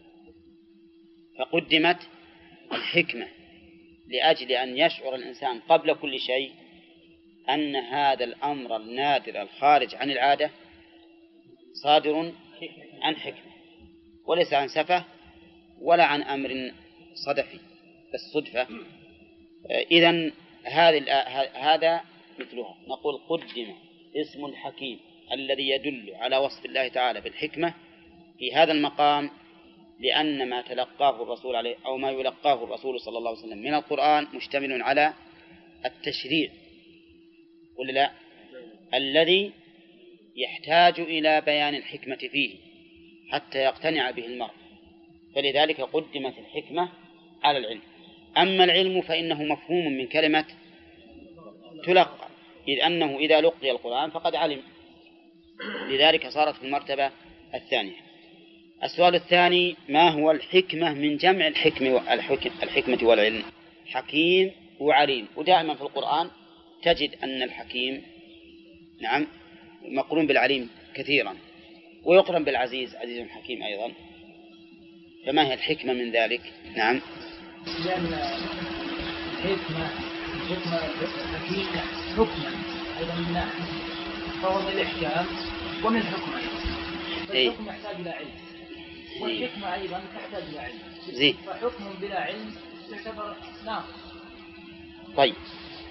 فقدمت الحكمة لأجل أن يشعر الإنسان قبل كل شيء أن هذا الأمر النادر الخارج عن العادة صادر عن حكمة، وليس عن سفه ولا عن أمر صدفي بس صدفة. إذن هذا مثلها. نقول قدم اسم الحكيم الذي يدل على وصف الله تعالى بالحكمة في هذا المقام، لأن ما تلقاه الرسول عليه أو ما يلقاه الرسول صلى الله عليه وسلم من القرآن مشتمل على التشريع، ولا لا؟ الذي يحتاج إلى بيان الحكمة فيه حتى يقتنع به المرء، فلذلك قدمت الحكمة على العلم. أما العلم فإنه مفهوم من كلمة تلقى، إذ أنه إذا لقي القرآن فقد علم، لذلك صارت في المرتبة الثانية. السؤال الثاني: ما هو الحكمة من جمع الحكمة والعلم؟ حكيم وعليم. ودائما في القرآن تجد أن الحكيم نعم مقرون بالعليم كثيرا، ويقرن بالعزيز عزيز حكيم أيضا. فما هي الحكمة من ذلك؟ نعم. لأن الحكمة الحكيمة حكمة أيضا من ناحية، فهو من الإحكام ومن الحكمة. فالحكم يحتاج إلى علم، والحكمة أيضا تحتاج إلى علم. فحكم بلا علم يعتبر ناقص. طيب،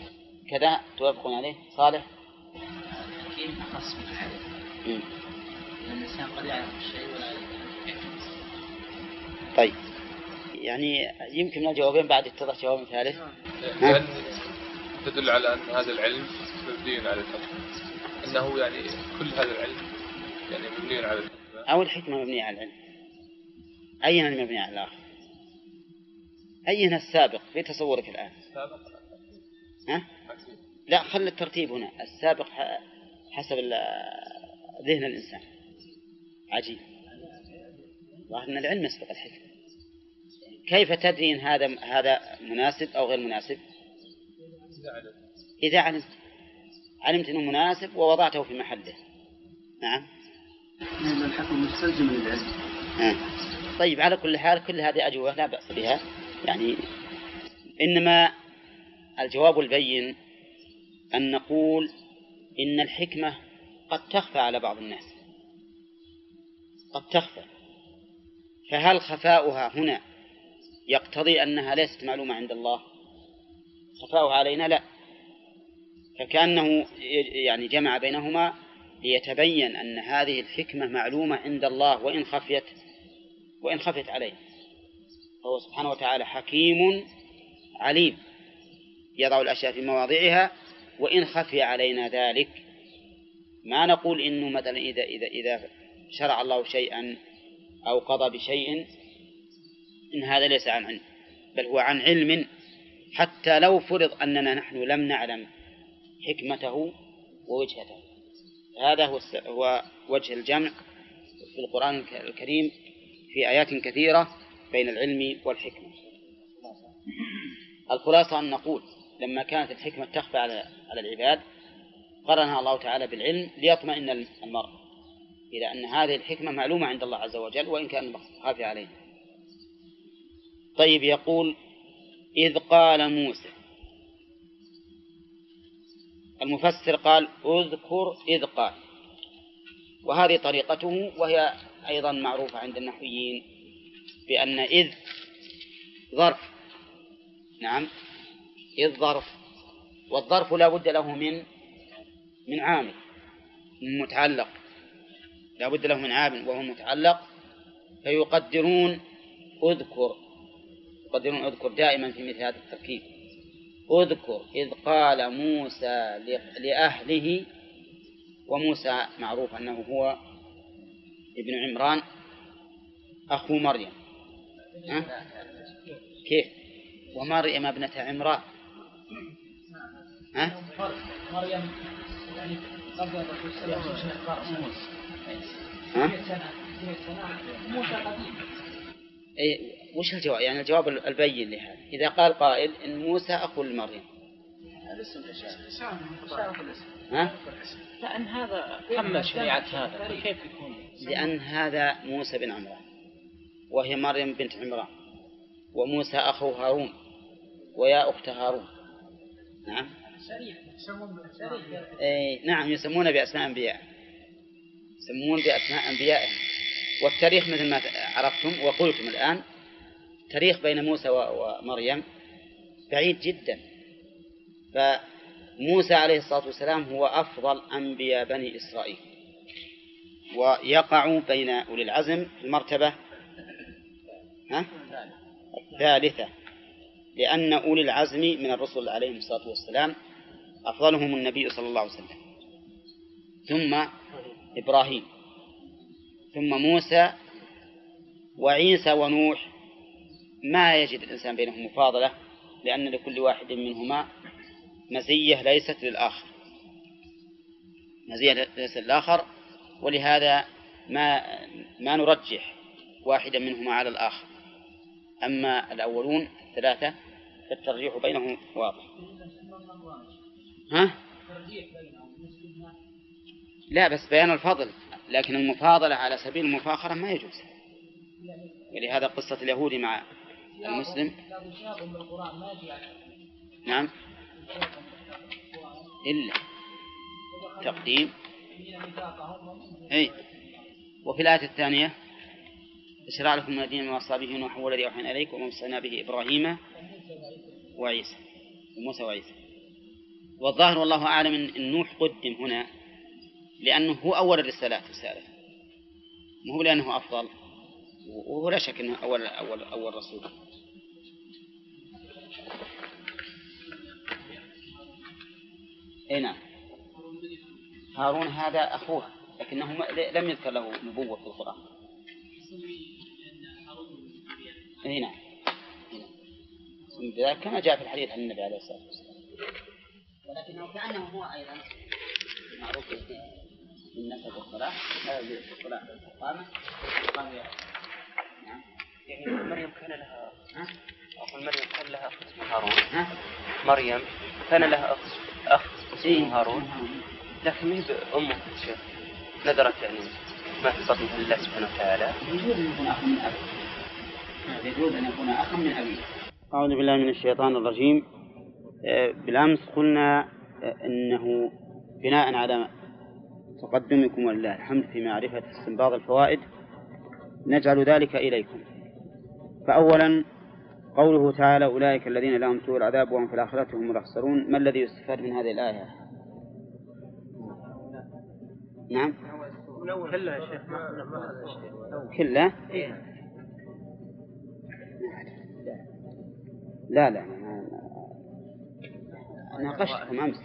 كذا توافقون عليه صالح؟ الحكيم أخص من العالم لأن الإنسان قد يعرف الشيء ولا يعرف. طيب يعني يمكن من الجوابين بعد اتضح جواب ثالث. لأن تدل على أن هذا العلم مبني على الحكمة، أنه يعني كل هذا العلم يعني مبني على الحكمة، أو الحكمة مبنية على العلم. أينا المبني على الآخر؟ أينا السابق في تصورك الآن؟ السابق ها؟ لا، خل الترتيب هنا. السابق حسب ذهن الإنسان. عجيب، ظاهر أن العلم يسبق الحكمة. كيف تدري إن هذا مناسب أو غير مناسب؟ إذا علمت أنه مناسب ووضعته في محله. نعم، لأن الحكم مستلزم للعلم. طيب، على كل حال كل هذه أجوبة لا بأس بها، يعني إنما الجواب البين أن نقول إن الحكمة قد تخفى على بعض الناس، قد تخفى، فهل خفاؤها هنا يقتضي أنها ليست معلومة عند الله؟ خفاؤها علينا لا، فكأنه يعني جمع بينهما ليتبين أن هذه الحكمة معلومة عند الله وإن خفت عليه. فهو سبحانه وتعالى حكيم عليم يضع الأشياء في مواضعها وإن خفي علينا ذلك. ما نقول إنه مثلا إذا شرع الله شيئا أو قضى بشيء إن هذا ليس عن علم، بل هو عن علم، حتى لو فرض أننا نحن لم نعلم حكمته ووجهته. هذا هو وجه الجمع في القرآن الكريم في آيات كثيرة بين العلم والحكمة. الخلاصة أن نقول لما كانت الحكمة تخفى على العباد قرنها الله تعالى بالعلم ليطمئن المرء إلى أن هذه الحكمة معلومة عند الله عز وجل وإن كان خافي عليه. طيب، يقول إذ قال موسى، المفسر قال اذكر إذ قال، وهذه طريقته وهي أيضا معروفة عند النحويين بأن إذ ظرف. نعم، إذ ظرف، والظرف لا بد له من عامل متعلق، لا بد له من عامل وهو متعلق، فيقدرون اذكر دائما في مثل هذا التركيب. اذكر إذ قال موسى لأهله، وموسى معروف أنه هو ابن عمران أخو مريم. كيف؟ ومريم ابنة عمران. مريم يعني قبل الرسول صلى الله عليه وسلم موسى قديم. وش الجواب؟ يعني الجواب البين لهذا إذا قال قائل إن موسى أخو لمريم. لأن هذا حمل شريعة هذا، كيف يكون؟ لأن هذا موسى بن عمران وهي مريم بنت عمران، وموسى أخو هارون ويا أخت هارون. نعم، نعم، يسمون بأسماء أنبياء، يسمون بأسماء أنبيائهم. والتاريخ مثل ما عرفتم وقلتم الآن، تاريخ بين موسى ومريم بعيد جدا. فموسى عليه الصلاة والسلام هو أفضل أنبياء بني إسرائيل، ويقع بين أولي العزم في المرتبة الثالثة، لأن أولي العزم من الرسل عليهم الصلاة والسلام أفضلهم النبي صلى الله عليه وسلم، ثم إبراهيم، ثم موسى وعيسى ونوح. ما يجد الإنسان بينهم مفاضلة، لأن لكل واحد منهما مزية ليست للآخر، مزية ليست للآخر، ولهذا ما نرجح واحدا منهما على الآخر. أما الأولون الثلاثة فالترجيح بينهم واضح. لا، بس بيان الفضل، لكن المفاضلة على سبيل المفاخرة ما يجوز. ولهذا قصة اليهودي مع المسلم. نعم، إلا تقديم. وفي الآية الثانية اشرع لكم من الدين ما وصى به نوح والذي أوحينا إليك وما وصينا به إبراهيم وعيسى وموسى وعيسى. والظاهر والله أعلم إن نوح قدم هنا لأنه هو أول الرسالات مو لأنه أفضل، وهو لا شك أنه أول رسول. نعم. هارون هذا أخوها لكنه لم يذكر له نبوة في القرآن. نعم. كما جاء في الحديث عن النبي عليه الصلاة والسلام. ولكنه كأنه هو أيضا معروف بالنسبة للصلاة، لا يجوز الصلاة بالقامة. نعم. يعني مريم كان لها أخ اسمه هارون. مريم كان لها أخ اسمه هارون، لكن هي أمه الشيخ نذرت يعني ما في بطنها لله سبحانه وتعالى. يجوز أن يكون أخا من أبيه. أعوذ بالله من الشيطان الرجيم. بالأمس قلنا أنه بناء على تقدمكم ولله الحمد في معرفة استنباط الفوائد نجعل ذلك إليكم. فأولا قوله تعالى أولئك الذين لهم سوء العذاب وهم في الآخرة هم الأخسرون، ما الذي يستفاد من هذه الآية؟ نعم كلها يا شيخ كلها؟ لا ناقشتكم أمس.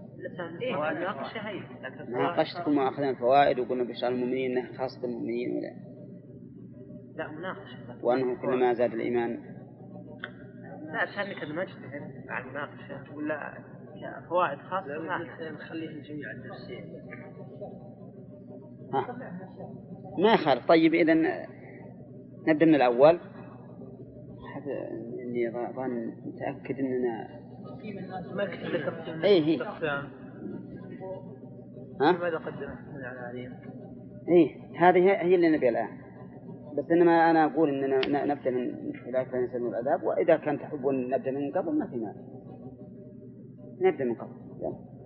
ناقشتكم وأخذنا الفوائد وقلنا بشرى المؤمنين أنها خاصة بالمؤمنين ولا لا مناقشة، وأنه كلما زاد الإيمان لا كان كذا ما اجتهد على المناقشة ولا فوائد خاصة ما نخليه الجميع الدرسين. ما يخالف. طيب إذن نبدأ من الأول. إني ظن متأكد إننا هي ماذا قدمت من العليم؟ هذه هي اللي نبي الآن، بس إنما أنا أقول إننا نبدأ من أولئك الذين يسمون العذاب، وإذا كان تحبون نبدأ من قبل ما في مانع نبدأ من قبل.